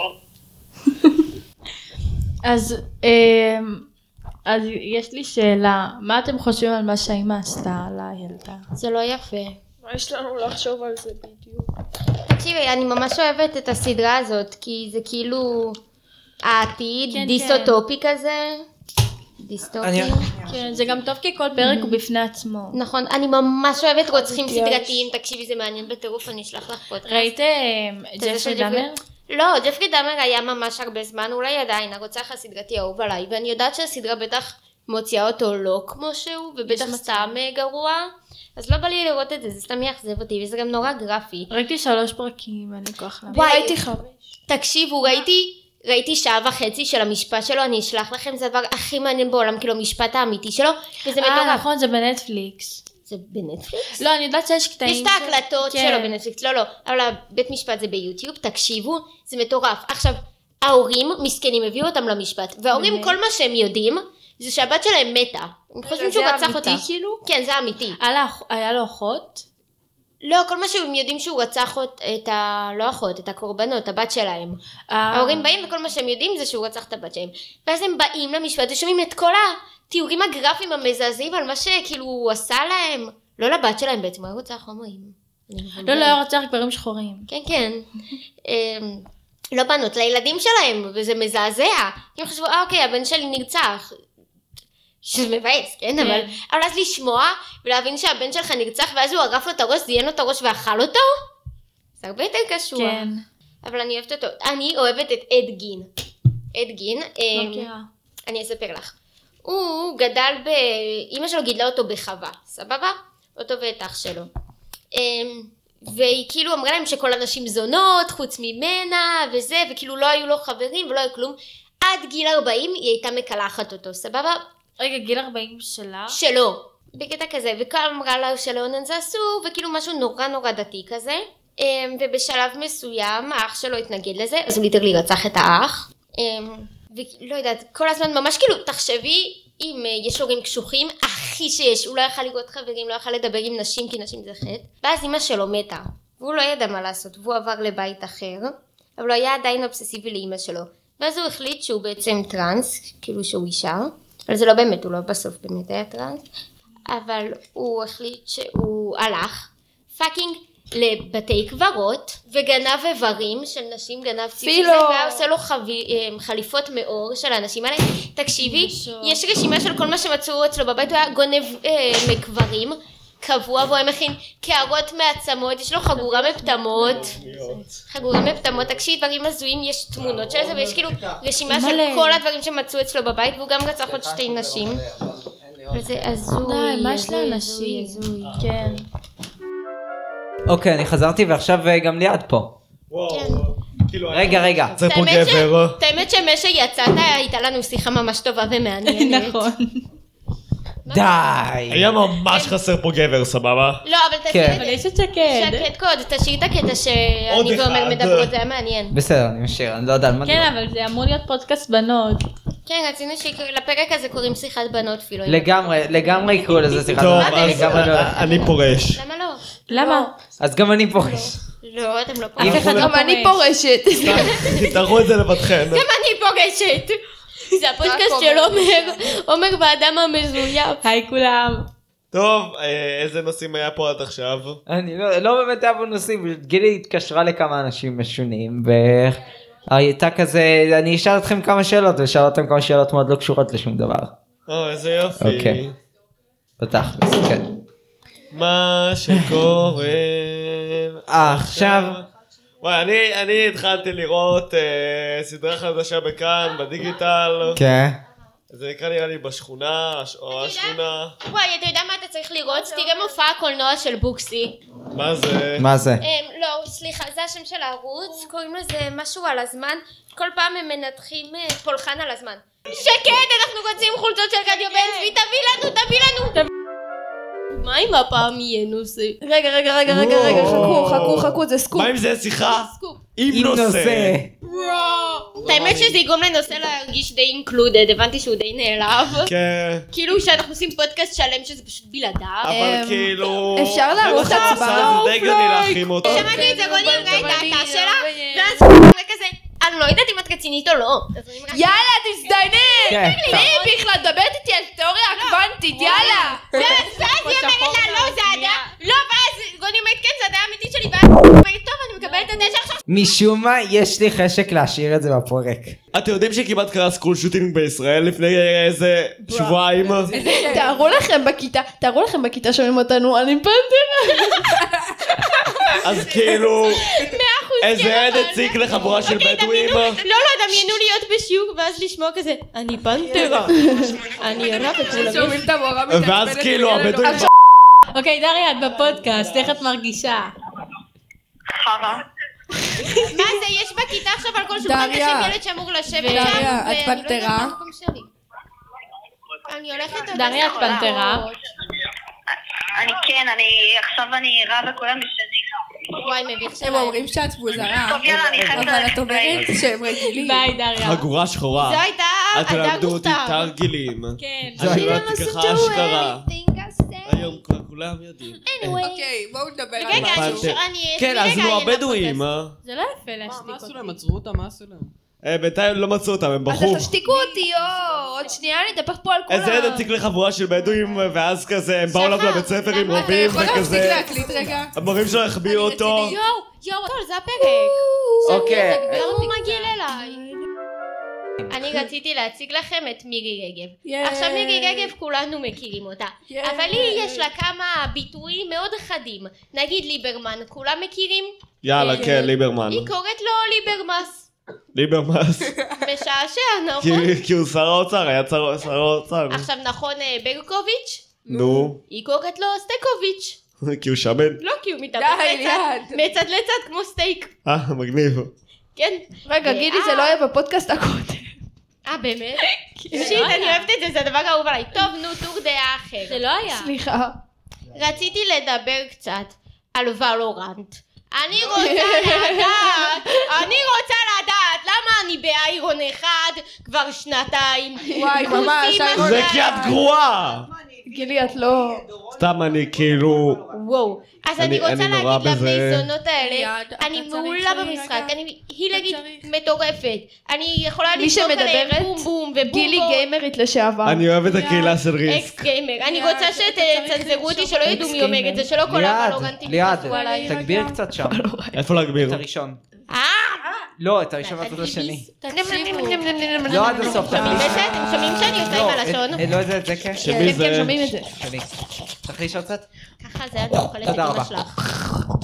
אז, אז יש לי שאלה, מה אתם חושבים על מה שהאמא עשתה על הילדה? זה לא יפה. מה יש לנו לחשוב על זה בדיוק? תקשיבי, אני ממש אוהבת את הסדרה הזאת, כי זה כאילו העתיד, כן, דיסטופי כן. כזה. דיסטופי. כן, זה גם טוב כי כל פרק הוא בפני עצמו. נכון, אני ממש אוהבת רוצחים סדרתיים, תקשיבי, זה מעניין בטירוף, אני אשלח לך פודקאסט. ראית ג'פרי דאמר? לא, ג'פרי דאמר היה ממש הרבה זמן, אולי עדיין, הרוצח הסדרתי אהוב עליי, ואני יודעת שהסדרה בטח מוציאה אותו לא כמו שהוא, ובטח סתם גרוע, אז לא בא לי לראות את זה, זה סתם יאכזב אותי, וזה גם נורא גרפי. ראיתי שלוש פרקים, אני כוח למה. וואי, ראיתי חמש. תקשיבו, ראיתי, ראיתי שעה וחצי של המשפט שלו, אני אשלח לכם, זה הדבר הכי מעניין בעולם, כאילו המשפט האמיתי שלו, וזה מטורף. אה, נכון, זה בנטפליקס. זה בנטפליקס? לא, אני יודעת שיש קטעים. יש את ההקלטות שלו בנטפליקס, לא, לא, אבל הבית משפט זה ביוטיוב, תקשיבו, זה מטורף. עכשיו, ההורים מסכנים הביאו אותם למשפט, וההורים כל מה שהם יודעים, זה שהבת שלהם מתה. הם חושבים שהוא רצח אותה. זה אמיתי כאילו? כן, זה אמיתי. היה לו אחות? לא, כל מה שהם יודעים שהוא רצח את ה... לא אחות, את הקורבנות, הבת שלהם. ההורים באים וכל מה שהם יודעים זה שהוא רצח את הבת שלהם. ואז הם באים למשפט ושומעים את כל התיאורים הגרפיים המזעזעים על מה שכאילו הוא עשה להם. לא לבת שלהם בעצם, הוא רצח הומואים. לא, לא, הוא רצח גברים שחורים. כן, כן. לא בנות, לילדים שלהם, וזה מזעזע. הם חשבו, אה אוקיי, הבן שלי נרצח. שזה מבאס, כן? אבל, אבל אז לשמוע ולהבין שהבן שלך נרצח ואז הוא ערף לו את הראש, זיין לו את הראש ואכל אותו, זה הרבה יותר קשור. כן. אבל אני אוהבת אותו. אני אוהבת את אד גין. אד גין. אוקיי. אני אספר לך. הוא גדל ב... אמא שלו גידלה אותו בחווה, סבבה? אותו ואת אח שלו. והיא כאילו אמרה להם שכל הנשים זונות, חוץ ממנה וזה, וכאילו לא היו לו חברים ולא היו כלום. עד גיל ארבעים היא הייתה מקלחת אותו, סבבה? רגע, גיל ארבעים שלה? שלו, בקטע כזה, וכל אמרה לה שלאונן זה אסור, וכאילו משהו נורא נורא דתי כזה, ובשלב מסוים האח שלו התנגד לזה, אז הוא ליטרלי רצח את האח, ולא יודעת, כל הזמן ממש כאילו, תחשבי, אם יש הורים קשוחים, הכי שיש, הוא לא יכל לראות חברים, לא יכל לדבר עם נשים, כי נשים זה חטא, ואז אמא שלו מתה, והוא לא ידע מה לעשות, והוא עבר לבית אחר, אבל הוא היה עדיין אובססיבי לאמא שלו, ואז הוא החליט שהוא בעצם טרנס, כאילו שהוא אישה, אבל זה לא באמת, הוא לא בסוף באמת היה טרנס, אבל הוא החליט שהוא הלך פאקינג לבתי קברות וגנב איברים של נשים, גנב ציפי, והיה עושה לו חליפות מאור של האנשים האלה. תקשיבי, יש רשימה של כל מה שמצאו אצלו בבית, הוא היה גונב מקברים קבוע, והוא היה מכין קערות מעצמות, יש לו חגורה מפטמות, חגורה מפטמות, תקשיבי, דברים הזויים, יש תמונות של זה, ויש כאילו רשימה של כל הדברים שמצאו אצלו בבית, והוא גם רצח עוד שתי נשים. וזה הזוי, מה יש לאנשים? כן. אוקיי, אני חזרתי ועכשיו גם ליעד פה. רגע, רגע. זה פה גבר. את האמת שמשה יצאת, הייתה לנו שיחה ממש טובה ומעניינת. נכון. די. היה ממש חסר פה גבר, סבבה? לא, אבל תשאיר אבל יש את שקד. שקד קוד, תשאיר את הקטע שאני ועומר מדברות, זה היה מעניין. בסדר, אני משאיר, אני לא יודע על מה. כן, אבל זה אמור להיות פודקאסט בנות. כן, רצינו שלפרק הזה קוראים שיחת בנות אפילו. לגמרי, לגמרי יקראו לזה שיחת טוב, בנות. אז אני פורש. למה לא? למה? אז גם אני פורש. לא, אתם לא פורשים. אף אחד לא גם אני פורשת. תראו את זה לבדכם. גם אני פורשת. זה הפודקאסט של עומר, עומר והאדם המזויף. היי כולם. טוב, איזה נושאים היה פה עד עכשיו? אני לא באמת אהבו נושאים, גילי התקשרה לכמה אנשים משונים, והייתה כזה, אני אשאל אתכם כמה שאלות, ושאל אותם כמה שאלות מאוד לא קשורות לשום דבר. או, איזה יופי. אוקיי. פתח, כן. מה שקורה עכשיו. וואי, אני, אני התחלתי לראות אה, סדרה חדשה בכאן, בדיגיטל. כן. זה נקרא נראה לי בשכונה, או השכונה. וואי, אתה יודע מה אתה צריך לראות? תראה מופע הקולנוע של בוקסי. מה זה? מה זה? לא, סליחה, זה השם של הערוץ, קוראים לזה משהו על הזמן. כל פעם הם מנתחים פולחן על הזמן. שקד, אנחנו רוצים חולצות של רדיו בן צבי, תביא לנו, תביא לנו. מה אם הפעם יהיה נושא? רגע, רגע, רגע, רגע, רגע, חכו, חכו, חכו, זה סקופ. מה אם זה שיחה? סקופ. עם נושא. האמת שזה יגרום לנושא להרגיש די אינקלודד, הבנתי שהוא די נעלב. כן. כאילו שאנחנו עושים פודקאסט שלם שזה פשוט בלעדיו. אבל כאילו... אפשר לערוך הצבעה. זה די גני להכין אותו. שמעתי את זה, רוני אמרה את דעתה שלה, ואז הוא אומר כזה, אני לא יודעת אם את רצינית או לא. יאללה, תזדייני! כן. מי בכלל, דברת איתי על תיאוריה הקוונטית, יאללה! ואז היא אומרת לה, לא, זה הדעה, לא, ואז רוני אומרת, כן, זה הדעה האמיתית שלי, ואז היא אומרת, טוב, אני מקבלת את הדעה שלך. משום מה יש לי חשק להשאיר את זה בפרק. אתם יודעים שכמעט קרה סקול שוטינג בישראל לפני איזה שבועיים? תארו לכם בכיתה, תארו לכם בכיתה שומעים אותנו, אני פנתרה. אז כאילו... איזה ילד הציג לחבורה של בדואים? לא, לא, דמיינו להיות בשיעור ואז לשמוע כזה, אני פנתרה, אני ירה וכולם. ואז כאילו הבדואים... אוקיי, דריה, את בפודקאסט, איך את מרגישה? חרא. מה זה, יש בכיתה עכשיו על כל שולחן בשם ילד שאמור לשבת שם, דריה, את ואני לא יודעת פנתרה? מה המקום שלי. אני הולכת... דריה, את פנתרה? אני כן, אני עכשיו אני רע וכולם משנים. וואי, מביך הם שלהם. אומרים שאת מוזרה, טוב, יאללה, אני חייבת אבל ללכת. את אומרת שהם רגילים. ביי, דריה. חגורה שחורה. זו הייתה אל אדם תלמדו אותי מוכתר. תרגילים. כן. אני יודעת ככה אשכרה. Everything I say. היום כבר כולם יודעים. אוקיי, בואו נדבר על רגע, משהו. אני... כן, אז נו הבדואים, אה? זה לא יפה להשתיק אותי. מה עשו להם? עצרו אותם? מה עשו להם? בינתיים לא מצאו אותם, הם בחרו. אז תשתיקו אותי, יואו, עוד שנייה אני אדפק פה על כולם. איזה ילד הציג לחבורה של בדואים, ואז כזה, הם באו אליו לבית ספר עם רובים, אתה יכול להפסיק וכזה, להקליט רגע? המורים שלו החביאו אותו. יואו, יואו, טוב, זה הפרק. אוקיי. הוא מגיע אליי. אני רציתי להציג לכם את מירי רגב. עכשיו מירי רגב כולנו מכירים אותה, אבל היא יש לה כמה ביטויים מאוד חדים. נגיד ליברמן, כולם מכירים? יאללה, כן, ליברמן. היא קוראת לו ליברמס. ליברמס. משעשע, נכון? כי הוא שר האוצר, היה שר האוצר. עכשיו נכון ברקוביץ'? נו. היא קוראת לו סטקוביץ'. כי הוא שמן. לא, כי הוא מתאבד די, לצד, מצד לצד כמו סטייק. אה, מגניב. כן. רגע, גילי, זה לא היה בפודקאסט הקודם. אה, באמת? שיט, אני אוהבת את זה, זה הדבר האהוב עליי. טוב, נו, טור דעה אחרת. זה לא היה. סליחה. רציתי לדבר קצת על ולורנט. אני רוצה לדעת, אני רוצה לדעת למה אני באיירון אחד כבר שנתיים. וואי, ממש. זה כי את גרועה. גילי, את לא... סתם אני כאילו... וואו. אז אני רוצה להגיד לבני זונות האלה, אני אתה מעולה צריך במשחק, רגע. אני הילגית צריך. מטורפת, אני יכולה מי לצעוק עליהם שמדברת, בום בום ובום גילי בום. גיימרית לשעבר. אני אוהב את הקהילה של אקס ריסק. גיימר, אני ליעד, רוצה אתה צריך שתצנזרו אותי, לרשום שלא ידעו מי אומר את זה, שלא כל ליעד, הוולורנטים ליעד, יתפסו עליי. תגביר קצת שם. איפה להגביר? את הראשון. אה! לא, את הראשון ואת השני. תקשיבו. לא עד הסוף, שומעים תכניס. את זה? אתם שומעים שאני עושה עם הלשון? לא את זה, את זה כן. שמי כן, זה? שומעים את זה. שני. תכניס עוד קצת? ככה זה אני אוכלת את תודה אמא רבה. שלך.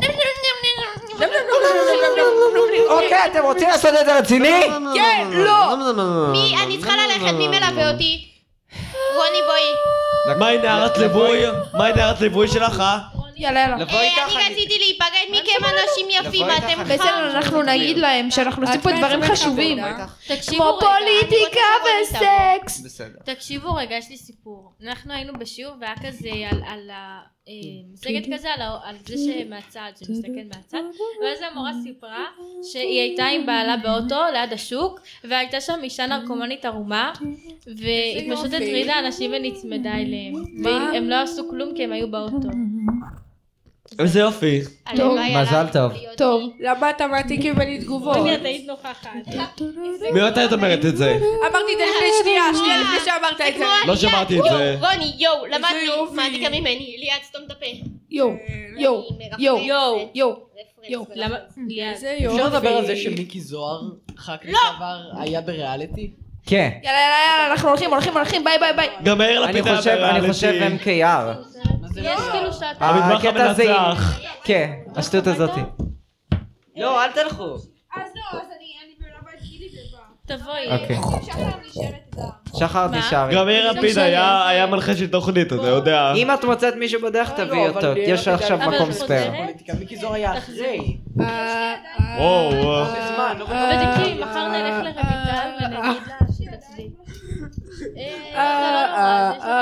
אוקיי, אתם רוצים לעשות את זה רציני? כן, לא! מי, אני צריכה ללכת, מי מלווה אותי? רוני בואי. מהי נערת ליווי? מהי נערת ליווי שלך, אה? יאללה, יאללה. לבוא אה, איתך. אני רציתי להיפגד מכם אנשים יפים, לבוא איתך, אתם אני- בסדר, אנחנו נגיד להם שאנחנו עושים פה דברים חשובים. תקשיבו כמו רגע. פוליטיקה וסקס. בסדר. תקשיבו רגע, יש לי סיפור. אנחנו היינו בשיעור והיה כזה על, על ה... אה, מצגת כזה על, ה- על זה שמהצד, שמסתכל מהצד, ואז המורה סיפרה שהיא הייתה עם בעלה באוטו ליד השוק, והייתה שם אישה נרקומנית ערומה, והיא פשוט הטרידה אנשים ונצמדה אליהם. והם לא עשו כלום כי הם היו באוטו. איזה יופי. הלוואי מזל עליי טוב. להיות טוב. לי. למה אתה מעתיק ממני תגובות? את היית נוכחת. מי את אומרת את זה? אמרתי את זה לפני שנייה, שנייה לפני שאמרת את זה. לא שמעתי את זה. יואו, רוני, יואו, למד לי, יופי. מעתיקה ממני, ליעד סתום את הפה. יואו, יואו, יואו, יואו, יואו. יואו. למה? ליעד. איזה יופי. אפשר לדבר על זה שמיקי זוהר, ח"כ לשעבר, היה בריאליטי? כן. יאללה, יאללה, יאללה, אנחנו הולכים, הולכים, הולכים, ביי, ביי, ביי. גם מאיר אני לפיד היה חושב, אני בריאליטי. חושב אם כי אר. יש כאילו שאתה... המטבח הקטע הזה עם- המנצח. כן, השטות הזאתי. לא, אל תלכו. אז לא, אז אני מלווה את גילי ובא. תבואי. אוקיי. שחר נשארת את שחר מה? תשארי. גם מאיר לפיד היה היה מנחה של תוכנית, אתה יודע. אם את מוצאת מישהו בדרך תביאי אבל אותו, יש אבל עכשיו אבל מקום חוזרת? ספייר. פוליטיקה, מיקי זוהר היה אחרי. וואו. בזמן, לא ודיקי, מחר נלך לרויטל ונגיד לה שתצדיק. אה, זה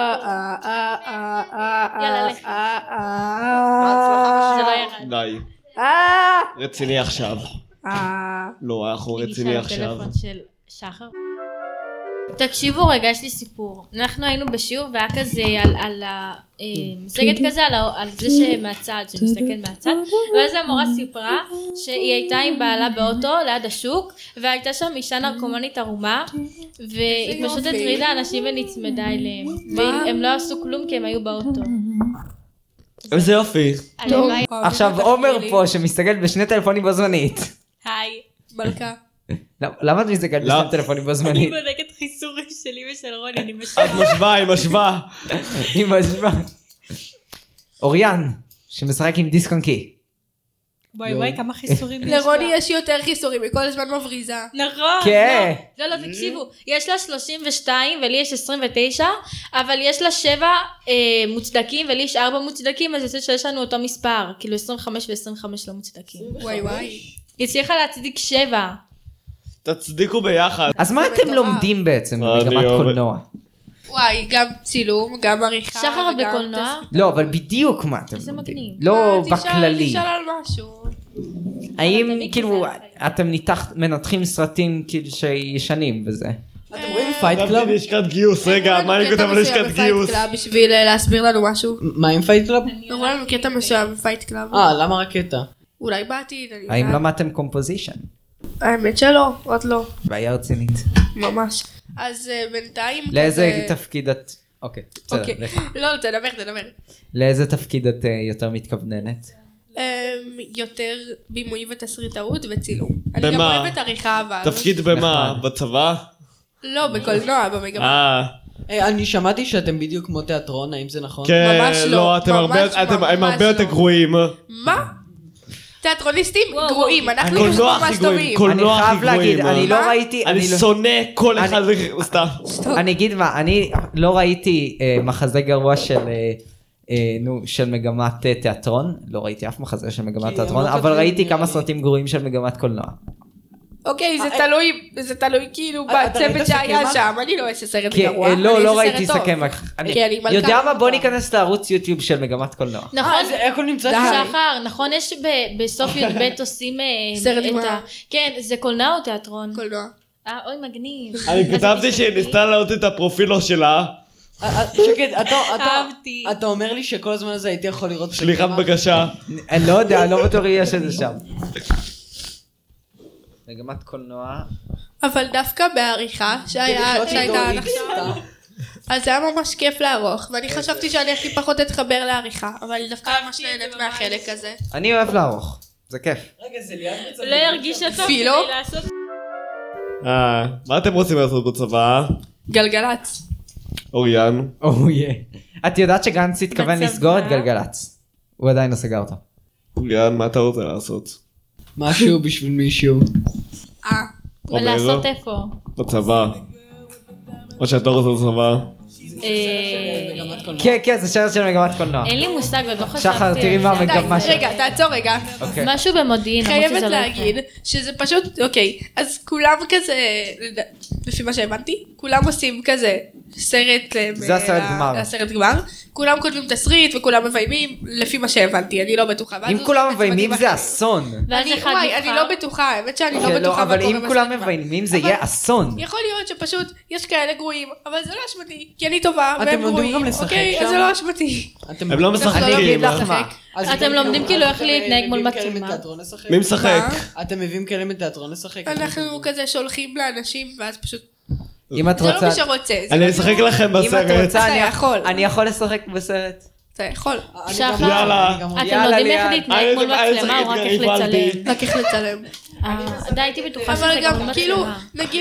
לא נורא, זה שלך. זה לא ירד. די. רציני עכשיו. לא, אנחנו רציני הגישה עכשיו. לטלפון של שחר. תקשיבו רגע, יש לי סיפור. אנחנו היינו בשיעור והיה כזה על, על המצגת כזה על, ה- על זה שמהצד, שמסתכל מהצד, ואז המורה סיפרה שהיא הייתה עם בעלה באוטו ליד השוק, והייתה שם אישה נרקומנית ערומה, והיא פשוט הטרידה אנשים ונצמדה אליהם. והם לא עשו כלום כי הם היו באוטו. איזה יופי. הלוואי. עכשיו עומר פה שמסתכל בשני טלפונים בו זמנית. היי. מלכה. למה- למה את מסתכלת לא. בשני טלפונים בו זמנית? בודקת חיסורים שלי ושל רוני, אני משווה. את משווה, היא משווה. היא משווה. אוריאן, שמשחק עם דיסק און קי. וואי וואי, כמה חיסורים יש לרוני לה. יש יותר חיסורים, היא כל הזמן מבריזה. נכון. כן. לא, לא, תקשיבו, יש לה שלושים ושתיים ולי יש עשרים ותשע, אבל יש לה שבע אה, מוצדקים ולי יש ארבע מוצדקים, אז יוצא שיש לנו אותו מספר, כאילו עשרים וחמש ו-עשרים וחמש לא מוצדקים. וואי וואי. היא הצליחה להצדיק שבע. תצדיקו ביחד. אז מה אתם לומדים בעצם אני במגמת עובד. קולנוע? וואי, גם צילום, גם עריכה. שחר וגם בקולנוע? לא, אבל בדיוק מה אתם איזה לומדים. מגניב. לא אה, תשאל- בכללי. תשאל על משהו. האם מיקי כאילו זה- אתם ניתח- מנתחים סרטים כאילו שישנים וזה? אתם רואים פייט קלאב? כתבתי לשכת גיוס, רגע, מה אני כותב לשכת גיוס? בשביל להסביר לנו משהו. מה עם פייט קלאב? נורא לנו קטע מסוים בפייט קלאב. אה, למה רק קטע? אולי בעתיד, אני האם יודעת. למדתם קומפוזישן? האמת שלא, עוד לא. בעיה רצינית. ממש. אז אה, בינתיים... לאיזה כזה- תפקיד את... אוקיי, בסדר. אוקיי. לך. לא, תדבר, תדבר. לאיזה תפקיד את אה, יותר מתכווננת? אמ, יותר בימוי ותסריטאות וצילום. אני גם במה? אוהבת עריכה אבל. תפקיד במה? נחמד. בצבא? לא, בקולנוע, במגמה. אה, אה, אני שמעתי שאתם בדיוק כמו תיאטרון, האם זה נכון? כן, ממש לא, לא, אתם הרבה, ממש אתם, הם ממש הרבה יותר לא. גרועים. מה? תיאטרוניסטים גרועים, אנחנו הקולנוע ממש הכי גרועים, טובים. קולנוע אני הכי חייב להגיד, גרועים. אני לא מה? ראיתי... אני לא- שונא כל אחד, אני- ו- סתם. אני אגיד מה, אני לא ראיתי אה, מחזה גרוע של... אה, אה, נו, של מגמת אה, תיאטרון, לא ראיתי אף מחזה של מגמת כי תיאטרון, הם לא אבל כותבים, ראיתי נראה כמה לי. סרטים גרועים של מגמת קולנוע. אוקיי, זה אה, תלוי, זה תלוי כאילו אתה ראית בצוות שהיה סכמה? שם, אני לא אעשה סרט כי, גרוע, אה, אני לא, אעשה לא סרט ראיתי טוב. סכם, אני כי אני מלכה. יודע מה, בוא ניכנס לערוץ יוטיוב של מגמת קולנוע. נכון, אה, זה הכל נמצא שם. שחר, נכון, יש ב- בסוף י"ב עושים אה, סרט את גמרא. ה... כן, זה קולנוע או תיאטרון? קולנוע. אה, אוי, מגניב. אני אז כתבתי תסתכלי. שהיא ניסתה להעלות את הפרופילו שלה. אה, אה, שקט, אתה- אתה- אהבתי. אתה אומר לי שכל הזמן הזה הייתי יכול לראות... שליחת סכמה? בקשה. אני לא יודע, אני לא בטוח יש את זה שם. מגמת קולנוע. אבל דווקא בעריכה, שהיה, לחיות שהייתה איתו עכשיו, איקס, אז זה היה ממש כיף לערוך, ואני חשבתי שאני הכי פחות אתחבר לעריכה, אבל אני דווקא ממש נהנית מהחלק הזה. אני אוהב לערוך, זה כיף. רגע, זה ליד מצב... לא ירגיש טוב פילו? כדי לעשות... אה, מה אתם רוצים לעשות בצבא? גלגלצ. אוריאן. אוי, את יודעת שגנץ התכוון בצבא? לסגור את גלגלצ. הוא עדיין לא סגר אותו. אוריאן, מה אתה רוצה לעשות? משהו בשביל מישהו. אה. אומר, ולעשות איפה? בצבא. מה שאת לא רוצה בצבא. אה, כן, כן, זה שרט של מגמת קולנוע. אין לי מושג, עוד לא חשבתי. שחר, תראי על מה זה. המגמה די, של... רגע, תעצור רגע. אוקיי. משהו במודיעין, למרות חייבת שזה לא להגיד יקרה. שזה פשוט, אוקיי, אז כולם כזה, לפי מה שהבנתי, כולם עושים כזה סרט, אה, זה הסרט ל- גמר. הסרט גמר, כולם כותבים תסריט וכולם מביימים, לפי מה שהבנתי, אני לא בטוחה. ואז אם הוא כולם עושה מביימים צוותים זה אחרים. אסון. ואז אני- אחד וואי, אני נבחר. לא בטוחה, האמת שאני כן, לא לא, בטוחה. אבל מה קורה אם בסרט כולם גמר. מביימים זה אבל- יהיה אסון. יכול להיות שפשוט יש כאלה גרועים, אבל זה לא אשמתי, כי אני טובה, אתם והם לומדים גרועים, גם לשחק אוקיי, שם? אז זה לא אשמתי. אתם הם לא אנחנו משחקים. לא אגיד לך לשחק. מה. אז אתם לומדים כאילו איך אתם להתנהג מול מביאים כלים מצלמה. מתיאטרון לשחק? מי משחק? מה? אתם מביאים כלים מתיאטרון לשחק? אנחנו כזה שולחים לאנשים, ואז פשוט, אם את זה לא רוצה... מי שרוצה, זה אני לא- אשחק לכם אם את בסרט. רוצה, אתה אני יכול. אני יכול לשחק בסרט. אתה יכול. אני שחר. גם- יאללה. אני גם- אתם יאללה, יודעים איך ליאת. להתנהג אני מול יודע- אני מצלמה או משחק רק את איך גריבלדי. לצלם? רק איך לצלם. אה, די, הייתי בטוחה שזה אבל גם גם מול כאילו, מצלמה. נגיד,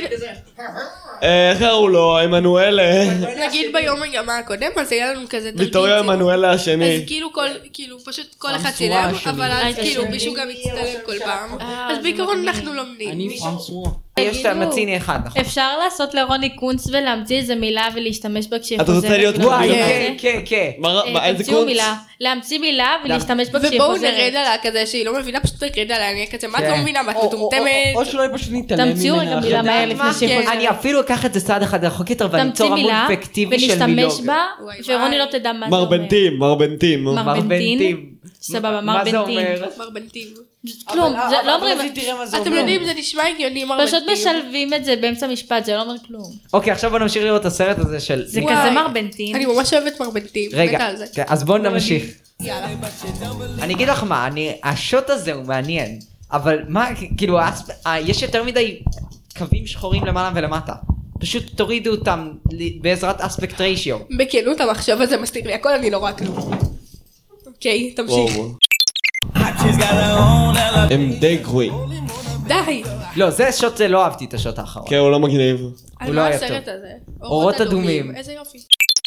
אה, איך קראו לו? עמנואלה. נגיד ביום מגמה הקודם, אז היה לנו כזה תרגיל ויטוריו צילום. עמנואלה אז השני. כאילו כל, כאילו פשוט כל אחד פרנסואה צילם, השני. אבל אז אה, כאילו השני. מישהו גם יצטלם כל פעם. אה, אז זה בעיקרון מגניב. אנחנו לומדים. אני פרנסואה. יש תגידו. מציני אחד, נכון? אפשר לעשות לרוני קונץ ולהמציא איזה מילה ולהשתמש בה כשהיא את חוזרת. רוצה להיות ולא וואי, יודעת כן, את זה? כן, כן. מה- אה, מה- איזה תמציאו קונץ? מילה, להמציא מילה ולהשתמש בה כשהיא ובואו חוזרת. נרד עליה כזה שהיא לא מבינה, פשוט נרד עליה, אני אהיה כזה, מה את כן. לא מבינה, מה את או- או- או- מטומטמת? או שלא פשוט נתעלם ממנה. תמציאו רגע מילה אחרי- מהר יודעת לפני מה? שהיא כן. חוזרת. אני אפילו אקח את זה צעד אחד רחוק יותר ואני תמציא אצור המון מילה אפקטיבי של מילוג. ולהשתמש בה, וואי, ורוני וואי. לא תדע מה זה אומר. מרבנטים, מרבנטים. מרבנטין? סבבה, מה זה מרבנטין. אומר? מרבנטים. כלום, אבל- זה אבל- לא אבל אומרים, אז היא תראה מה זה אתם אומר. יודעים, זה נשמע הגיוני מרבנטים. פשוט משלבים את זה באמצע משפט, זה לא אומר כלום. אוקיי, עכשיו בוא נמשיך לראות את הסרט הזה של... זה וואי. כזה מרבנטין. אני ממש אוהבת מרבנטים. רגע, מתה על זה. כן, אז בואו נמשיך. יאללה. אני אגיד לך מה, אני, השוט הזה הוא מעניין, אבל מה, כאילו, האספ- ה- יש יותר מדי קווים שחורים למעלה ולמטה. פשוט תורידו אותם ל- בעזרת אספקט ריישיו. בכנות המחשב הזה מסתיר לי הכל, אני לא רואה כלום. אוקיי, תמשיך. וואו. הם די גרועים. די. לא, זה שוט, זה לא אהבתי את השוט האחרון. כן, הוא לא מגניב. על לא מה היה הסרט טוב. הזה? אורות אדומים. איזה יופי.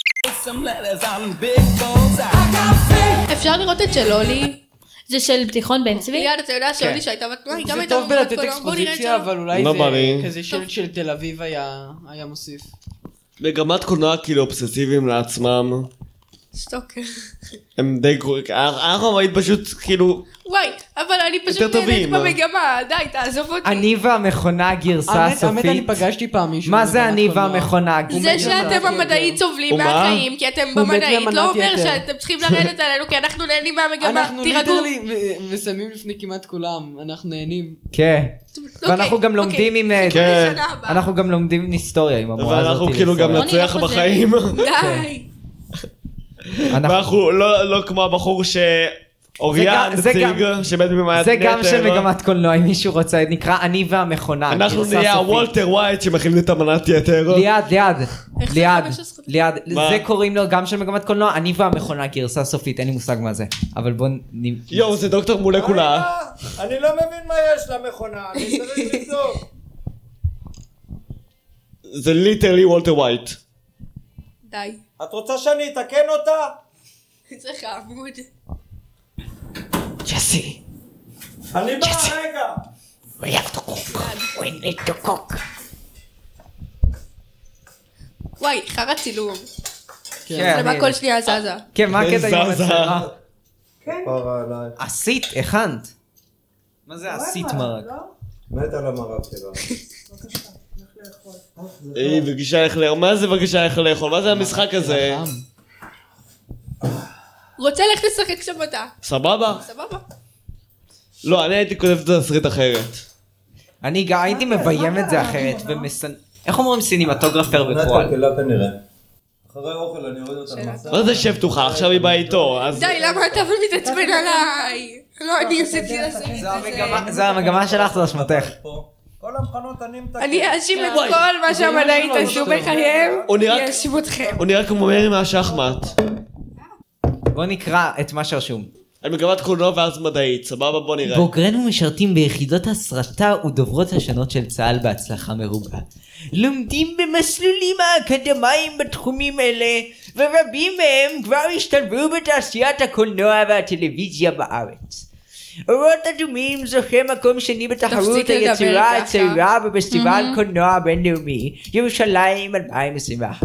אפשר לראות את של אולי? זה של תיכון בן צבי? ליד, אתה יודע כן. שאולי שהייתה בתנועה, היא גם זה הייתה טוב במורת בלתת קולנוע. בוא נראה את אקספוזיציה, שלו. אבל אולי לא בא לי. זה כזה שלט של תל אביב היה היה מוסיף. מגמת קולנוע כאילו אובססיביים לעצמם. סטוקר. הם די גרועים, אנחנו היית פשוט כאילו... וואי, אבל אני פשוט נהנית במגמה, די, תעזוב אותי. אני והמכונה גרסה הסופית. האמת, אני פגשתי פעם מישהו. מה זה אני והמכונה? זה שאתם המדעית סובלים מהחיים, כי אתם במדעית, לא אומר שאתם צריכים לרדת עלינו, כי אנחנו נהנים מהמגמה, אנחנו תירגעו. ליטרלי מסיימים לפני כמעט כולם, אנחנו נהנים. כן. ואנחנו גם לומדים עם... אנחנו גם לומדים עם היסטוריה עם המורה הזאת. ואנחנו כאילו גם נצליח בחיים. די. ואנחנו לא כמו הבחור ש... אוריאן הציג שבית ממעט זה גם של מגמת קולנוע, אם מישהו רוצה, נקרא אני והמכונה. אנחנו נהיה וולטר ווייט שמכיל את אמנת יתר. ליד, ליד, ליד, ליד, זה קוראים לו גם של מגמת קולנוע, אני והמכונה גרסה סופית, אין לי מושג מה זה, אבל בוא... יואו, זה דוקטור מולקולה. אני לא מבין מה יש למכונה, אני צריך לבדוק. זה ליטרלי וולטר ווייט. די. את רוצה שאני אתקן אותה? זה חמוד. ג'סי. אני בא רגע. We have to cook. We need to cook. וואי, חרא צילום. כן. למה כל שנייה זזה. כן, מה הקטע עם המצלמה? עשית, הכנת. מה זה עשית מרק? מת על המרק שלה. היא בגישה איך לאכול, מה זה בגישה איך לאכול? מה זה המשחק הזה? רוצה ללכת לשחק שם אתה. סבבה? סבבה. לא, אני הייתי כותב את התסריט אחרת. אני גם הייתי מביים את זה אחרת ומסנ... איך אומרים סינמטוגרפר בפועל? אחרי אוכל אני אוריד אותה למסע. מה זה שף תוכל? עכשיו היא באה איתו. די, למה אתה אבל מתעצבן עליי? לא, אני עשיתי לעשות את זה. זה המגמה שלך, זה אשמתך. כל המכנות אני מתקן. אני אשים את כל מה שהמדעית עשו בחייהם, יאשים אתכם. הוא נראה כמו מרי מהשחמט. בוא נקרא את מה שרשום. על מגמת קולנוע ואז מדעית, סבבה בוא נראה. בוגרנו משרתים ביחידות הסרטה ודוברות השונות של צה"ל בהצלחה מרובה. לומדים במסלולים האקדמיים בתחומים אלה, ורבים מהם כבר השתלבו בתעשיית הקולנוע והטלוויזיה בארץ. אורות אדומים זוכה מקום שני בתחרות היצירה הצעירה בפסטיבל קולנוע בינלאומי ירושלים אלפיים עשרים ואחת.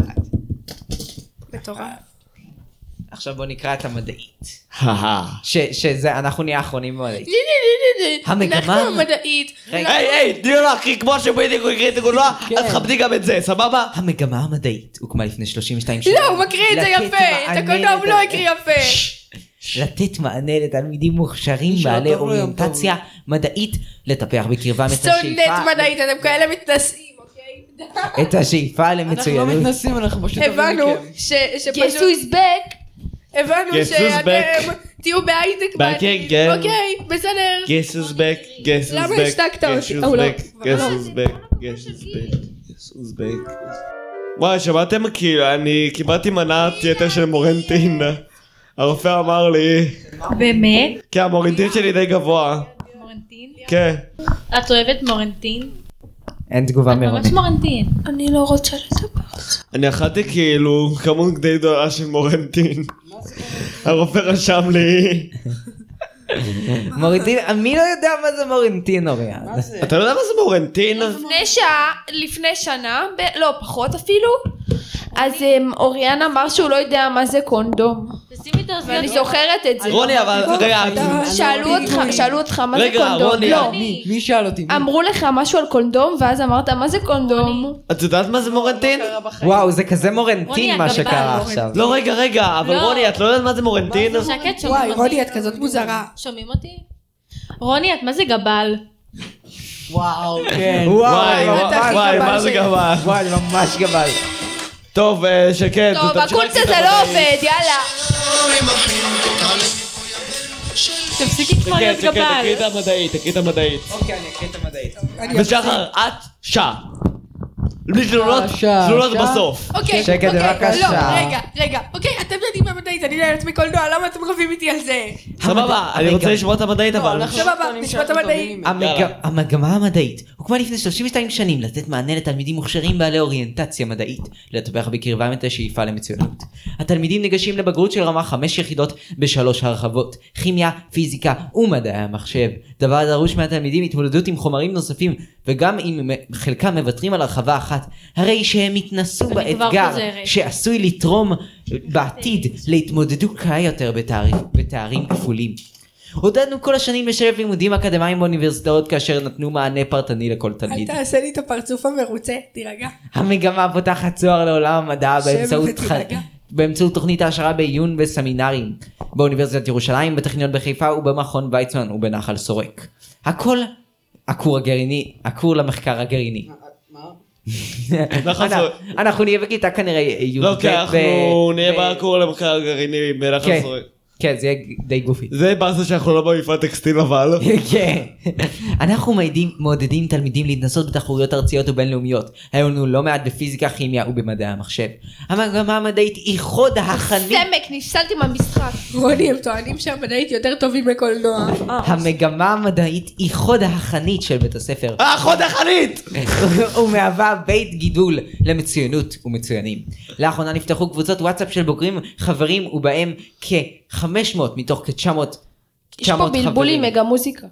מטורף. עכשיו בוא נקרא את המדעית. שזה, אנחנו נהיה האחרונים במדעית. המגמה... אנחנו המדעית. היי, היי, תני לו להקריא כמו שבדיוק הוא הקריא את הקולנוע, אז תכבדי גם את זה, סבבה? המגמה המדעית הוקמה לפני שלושים ושתיים שנה. לא, הוא מקריא את זה יפה, את הקולנוע הוא לא הקריא יפה. לתת מענה לתלמידים מוכשרים בעלי אוריינטציה מדעית, לטפח בקרבם את השאיפה... סונט מדעית, אתם כאלה מתנשאים, אוקיי? את השאיפה למצוינות. אנחנו לא מתנסים, אנחנו פשוט... הבנו שפשוט... Guess who's back? הבנו שאתם תהיו בהייטק בעתיד. אוקיי, בסדר. Guess who's back, guess who's back, למה השתקת אותי? guess who's back, guess who's back, guess who's back, guess who's back. וואי, שמעתם כאילו, אני קיבלתי מנת יתר של מורנטין. הרופא אמר לי... באמת? כן, המורנטין שלי די גבוה. מורנטין? כן. את אוהבת מורנטין? אין תגובה את ממש מורנטין. אני לא רוצה לדבר. אני אכלתי כאילו כמות די גדולה של מורנטין. הרופא רשם לי. מורנטין, מי לא יודע מה זה מורנטין, אוריאן? אתה לא יודע מה זה מורנטין? לפני שעה, לפני שנה, לא פחות אפילו, אז אוריאן אמר שהוא לא יודע מה זה קונדום. ואני זוכרת את זה. רוני, אבל רגע, שאלו אותך, שאלו אותך מה זה רגע, קונדום. רוני, לא. מי שאל אותי? אמרו לך משהו על קונדום, ואז אמרת מה זה קונדום. את יודעת מה זה מורנטין? וואו, זה כזה מורנטין מה שקרה עכשיו. לא, רגע, רגע, אבל רוני, את לא יודעת מה זה מורנטין? שקט, שומעים אותי. וואי, רוני, את כזאת מוזרה. שומעים אותי? רוני, את מה זה גבל? וואו, כן. וואי, וואי, מה זה גבל? וואי, ממש גבל. טוב, שקט. טוב, הקונץ הזה לא עובד, יאללה. תפסיקי כבר להיות שקט, שקט, גבל. תקריא את המדעית, תקריא את המדעית. אוקיי, אני אקריא את המדעית. ושחר, את שעה. בלי תלונות, תלונות בסוף. אוקיי, שקט, אוקיי, בבקשה. לא, רגע, רגע, אוקיי, אתם יודעים מה מדעית, אני יודע לעצמי קולנוע, למה אתם רבים איתי על זה? סבבה, אני רוצה לשמוע את המדעית אבל. סבבה, נשמע את המדעית. המגמה המדעית הוקמה לפני שלושים ושתיים שנים לתת מענה לתלמידים מוכשרים בעלי אוריינטציה מדעית, לטפח בקרבם את השאיפה למצוינות. התלמידים ניגשים לבגרות של רמה חמש יחידות בשלוש הרחבות: כימיה, פיזיקה ומדעי המחשב. דבר דרוש מהתלמידים התמודדות עם חומרים נוספים, וגם אם חלקם מוותרים על הרחבה אחת, הרי שהם התנסו באתגר שעשוי לתרום בעתיד להתמודדות קלה יותר בתארים כפולים. עודדנו כל השנים לשלב לימודים אקדמיים באוניברסיטאות כאשר נתנו מענה פרטני לכל תלמיד. אל תעשה לי את הפרצוף המרוצה, תירגע. המגמה פותחת צוהר לעולם המדע באמצעות, ח... באמצעות תוכנית העשרה בעיון וסמינרים באוניברסיטת ירושלים, בטכניון בחיפה ובמכון ויצמן ובנחל סורק. הכל הכור הגרעיני, הכור למחקר הגרעיני. אנחנו נהיה בכיתה כנראה י' לא, כי אנחנו נהיה בכור למחקר הגרעיני בנחל סורק. כן, זה יהיה די גופי. זה באסה שאנחנו לא במפעל טקסטיל אבל. כן. אנחנו מעודדים תלמידים להתנסות בתחרויות ארציות ובינלאומיות. היו לנו לא מעט בפיזיקה, כימיה ובמדעי המחשב. המגמה המדעית היא חוד החנית. סמק, נפסלתי מהמשחק. רוני, הם טוענים שהמדעית יותר טובים מקולנוע. המגמה המדעית היא חוד החנית של בית הספר. אה, חוד החנית! ומהווה בית גידול למצוינות ומצוינים. לאחרונה נפתחו קבוצות וואטסאפ של בוגרים, חברים, ובהם כ-חמש מאות מתוך כ-תשע מאות יש פה בלבולים מגה מוזיקה.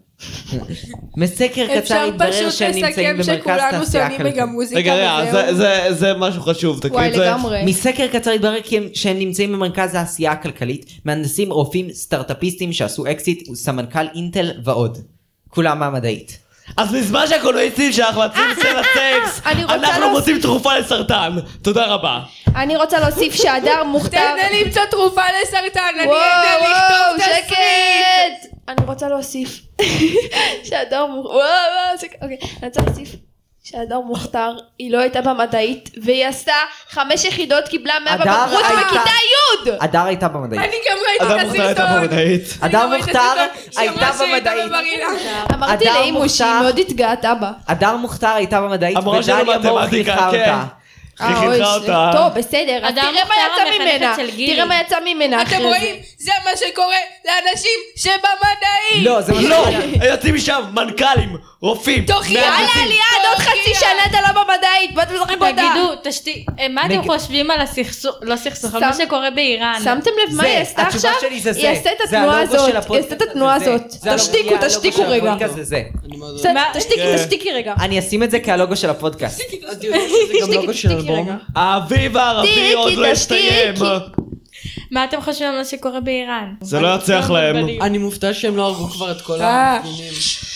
מסקר קצר התברר שהם נמצאים במרכז תעשייה כלכלית. רגע, רגע, זה משהו חשוב, תקריא את זה. מסקר קצר התברר שהם נמצאים במרכז העשייה הכלכלית, מהנדסים, רופאים, סטארט-אפיסטים שעשו אקזיט, סמנכ"ל אינטל ועוד. כולם מהמדעית. אז בזמן שהקולנועיסטים שאנחנו מציעים סצנת סקס, אנחנו מוצאים תרופה לסרטן. תודה רבה. אני רוצה להוסיף שהדר מוכתר... תן לי למצוא תרופה לסרטן, אני וואו, אתן לכתוב וואו, תסריט. שקט! אני רוצה להוסיף שהדר מוכתר... וואו, וואו, שקט. אוקיי, אני רוצה להוסיף שהדר מוכתר, היא לא הייתה במדעית, והיא עשתה חמש יחידות, קיבלה מאה בבגרות בכיתה י'. הדר הייתה במדעית. אני גם ראיתי את הסרטון. הדר מוכתר הייתה במדעית. אמרתי לאימו שהיא מאוד התגעתה בה. הדר מוכתר הייתה במדעית, המורה של המתמטיקה, כן. היא חינכה אותה. טוב, בסדר, אז תראה מה יצא ממנה. תראה מה יצא ממנה. אתם רואים? זה מה שקורה לאנשים שבמדעים. לא, זה מה לא, יוצאים משם מנכ"לים, רופאים. יאללה, ליעד, עוד חצי שנה אתה לא במדעית. באת משחק אותה. תגידו, תשתי, מה אתם חושבים על הסכסוך, לא סכסוך, על מה שקורה באיראן? שמתם לב מה היא עשתה עכשיו? היא עשתה את התנועה הזאת. היא עשתה את התנועה הזאת. תשתיקו, תשתיקו רגע. תשתיקי, תשתיקי רגע. אני אשים את זה כהלוגו של הפודקאסט. זה גם לוגו של אלבום. האביב הערבי עוד לא הסתיים. מה אתם חושבים על מה שקורה באיראן? זה לא יצליח להם. אני מופתע שהם לא הרגו כבר את כל המפגינים.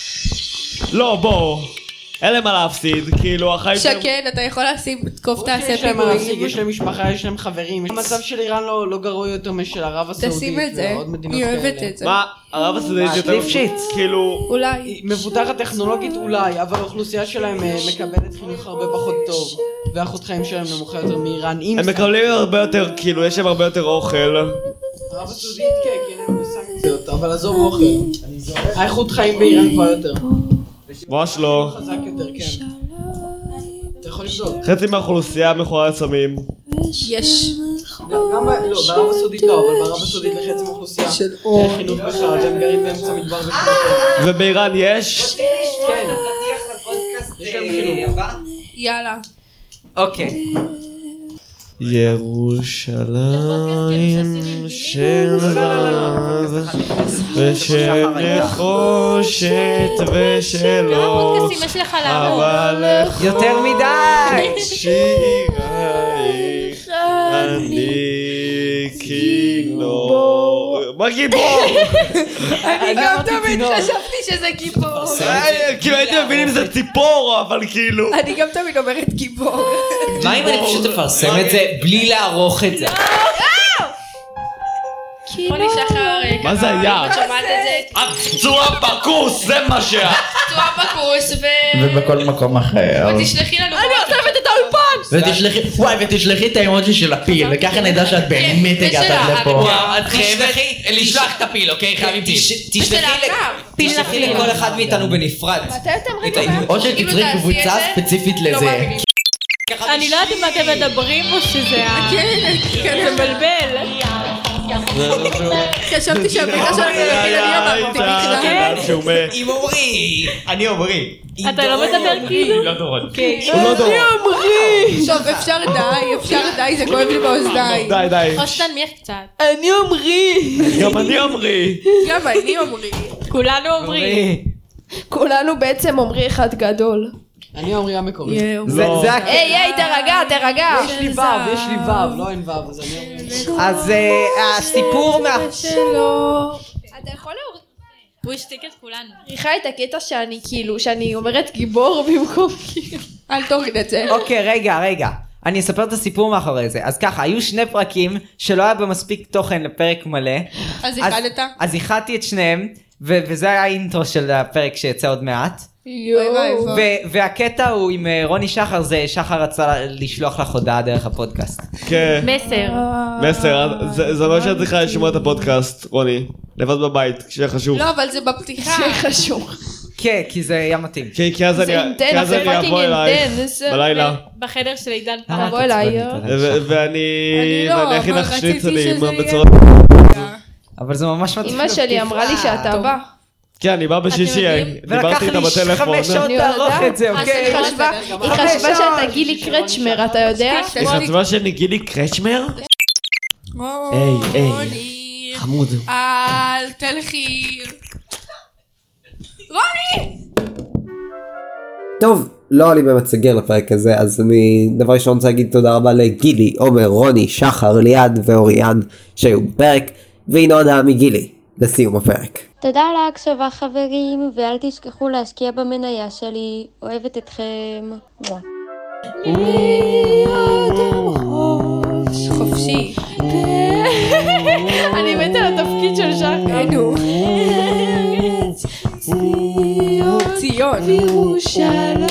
לא, בואו. אין להם מה להפסיד, כאילו החיים... שקד, אתה יכול לשים, תקוף תעשה יש להם מה פיגועים. להשיג, יש להם משפחה, יש להם חברים. המצב של איראן לא גרוע יותר משל ערב הסעודית. תשים את זה, ועוד מדינות אני אוהבת כאלה. את זה. מה? ערב הסעודית יותר... כאילו... אולי. היא מבוטחת טכנולוגית אולי, אבל האוכלוסייה שלהם אה, מקבלת חינוך הרבה פחות טוב. ואיכות חיים שלהם נמוכה יותר מאיראן. הם מקבלים הרבה יותר, כאילו, יש להם הרבה יותר אוכל. ערב הסעודית כן, כי אין להם סנקציות, אבל עזוב אוכל. האיכות חיים באיראן כבר יותר. ממש לא. חזק יותר, כן. אתה יכול לבדוק. חצי מהאוכלוסייה מכורה לסמים. יש. גם ב... לא, בערב הסעודית לא, אבל בערב הסעודית לחצי מהאוכלוסייה. אין חינוך בכלל, הם גרים באמצע מדבר וכן. ובאיראן יש? כן. יש להם חינוך. יאללה. אוקיי. ירושלים של זהב ושל נחושת ושל אור אבל יותר מדי שירייך אני כינור. מה גיבור? אני גם תמיד חשבתי שזה גיבור. כאילו הייתי מבין אם זה ציפור אבל כאילו אני גם תמיד אומרת גיבור. מה אם אני פשוט אפרסם את זה בלי לערוך את זה? בוא נשחרר. מה זה היה? את שומעת את זה? הפצועה בקורס, זה מה שהיה. פצועה בקורס ו... ובכל מקום אחר. ותשלחי לנו... אני עוזבת את האולפן! ותשלחי, וואי, ותשלחי את האימוג'י של הפיל, וככה נדע שאת באמת הגעת עד לפה. את חייבת לשלח את הפיל, אוקיי? חייבים פיל. תשלחי לכל אחד מאיתנו בנפרד. מתי אתם רגע? או שתצרי קבוצה ספציפית לזה. אני לא יודעת אם אתם מדברים או שזה ה... כן, כן, זה מבלבל. חשבתי שהבריחה שלנו עם עומרי. אני עומרי. אתה לא מדבר כאילו? לא דורון. הוא לא דורון. טוב, אפשר די, אפשר די, זה כואב לי באוזניים. די, די. או שתנמיך קצת. אני עומרי. גם אני עומרי. גם אני עומרי. כולנו אומרים. כולנו בעצם עומרי אחד גדול. אני עומרי המקורי. היי, היי, תרגע, תרגע. יש לי וו, יש לי וו, לא אין וו, אז אני... אז הסיפור מה... אתה יכול להוריד? הוא השתיק את כולנו. ריחה את הקטע שאני כאילו, שאני אומרת גיבור במקום כאילו. אל תוריד את זה. אוקיי, רגע, רגע. אני אספר את הסיפור מאחורי זה. אז ככה, היו שני פרקים שלא היה במספיק תוכן לפרק מלא. אז איחדת? אז איחדתי את שניהם, וזה היה האינטרו של הפרק שיצא עוד מעט. והקטע הוא עם רוני שחר, זה שחר רצה לשלוח לך הודעה דרך הפודקאסט. כן. מסר. מסר, זה מה שאת צריכה לשמוע את הפודקאסט, רוני. לבד בבית, כשיהיה חשוב. לא, אבל זה בפתיחה. שיהיה חשוב. כן, כי זה היה מתאים. כי אז אני אבוא אלייך בלילה. בחדר של עידן. תבוא אליי. ואני אכין לך שניצלים בצורת... אבל זה ממש מתאים. אמא שלי אמרה לי שאתה בא. כן, אני בא בשישי, דיברתי איתה בטלפון. ולקח לי חמש שעות לערוך את זה, אוקיי? היא חשבה שאתה גילי קרצ'מר, אתה יודע? היא חשבה שאני גילי קרצ'מר? היי, היי, חמוד. אל תלכי. רוני! טוב, לא עלי באמת סגר לפרק הזה, אז אני דבר ראשון רוצה להגיד תודה רבה לגילי, עומר, רוני, שחר, ליעד ואוריאן שהיו בפרק, והנה הודעה מגילי לסיום הפרק. תודה על ההקשבה חברים, ואל תשכחו להשקיע במניה שלי, אוהבת אתכם. חופשי. אני מת על התפקיד של שחר. נו. ציון. ציון.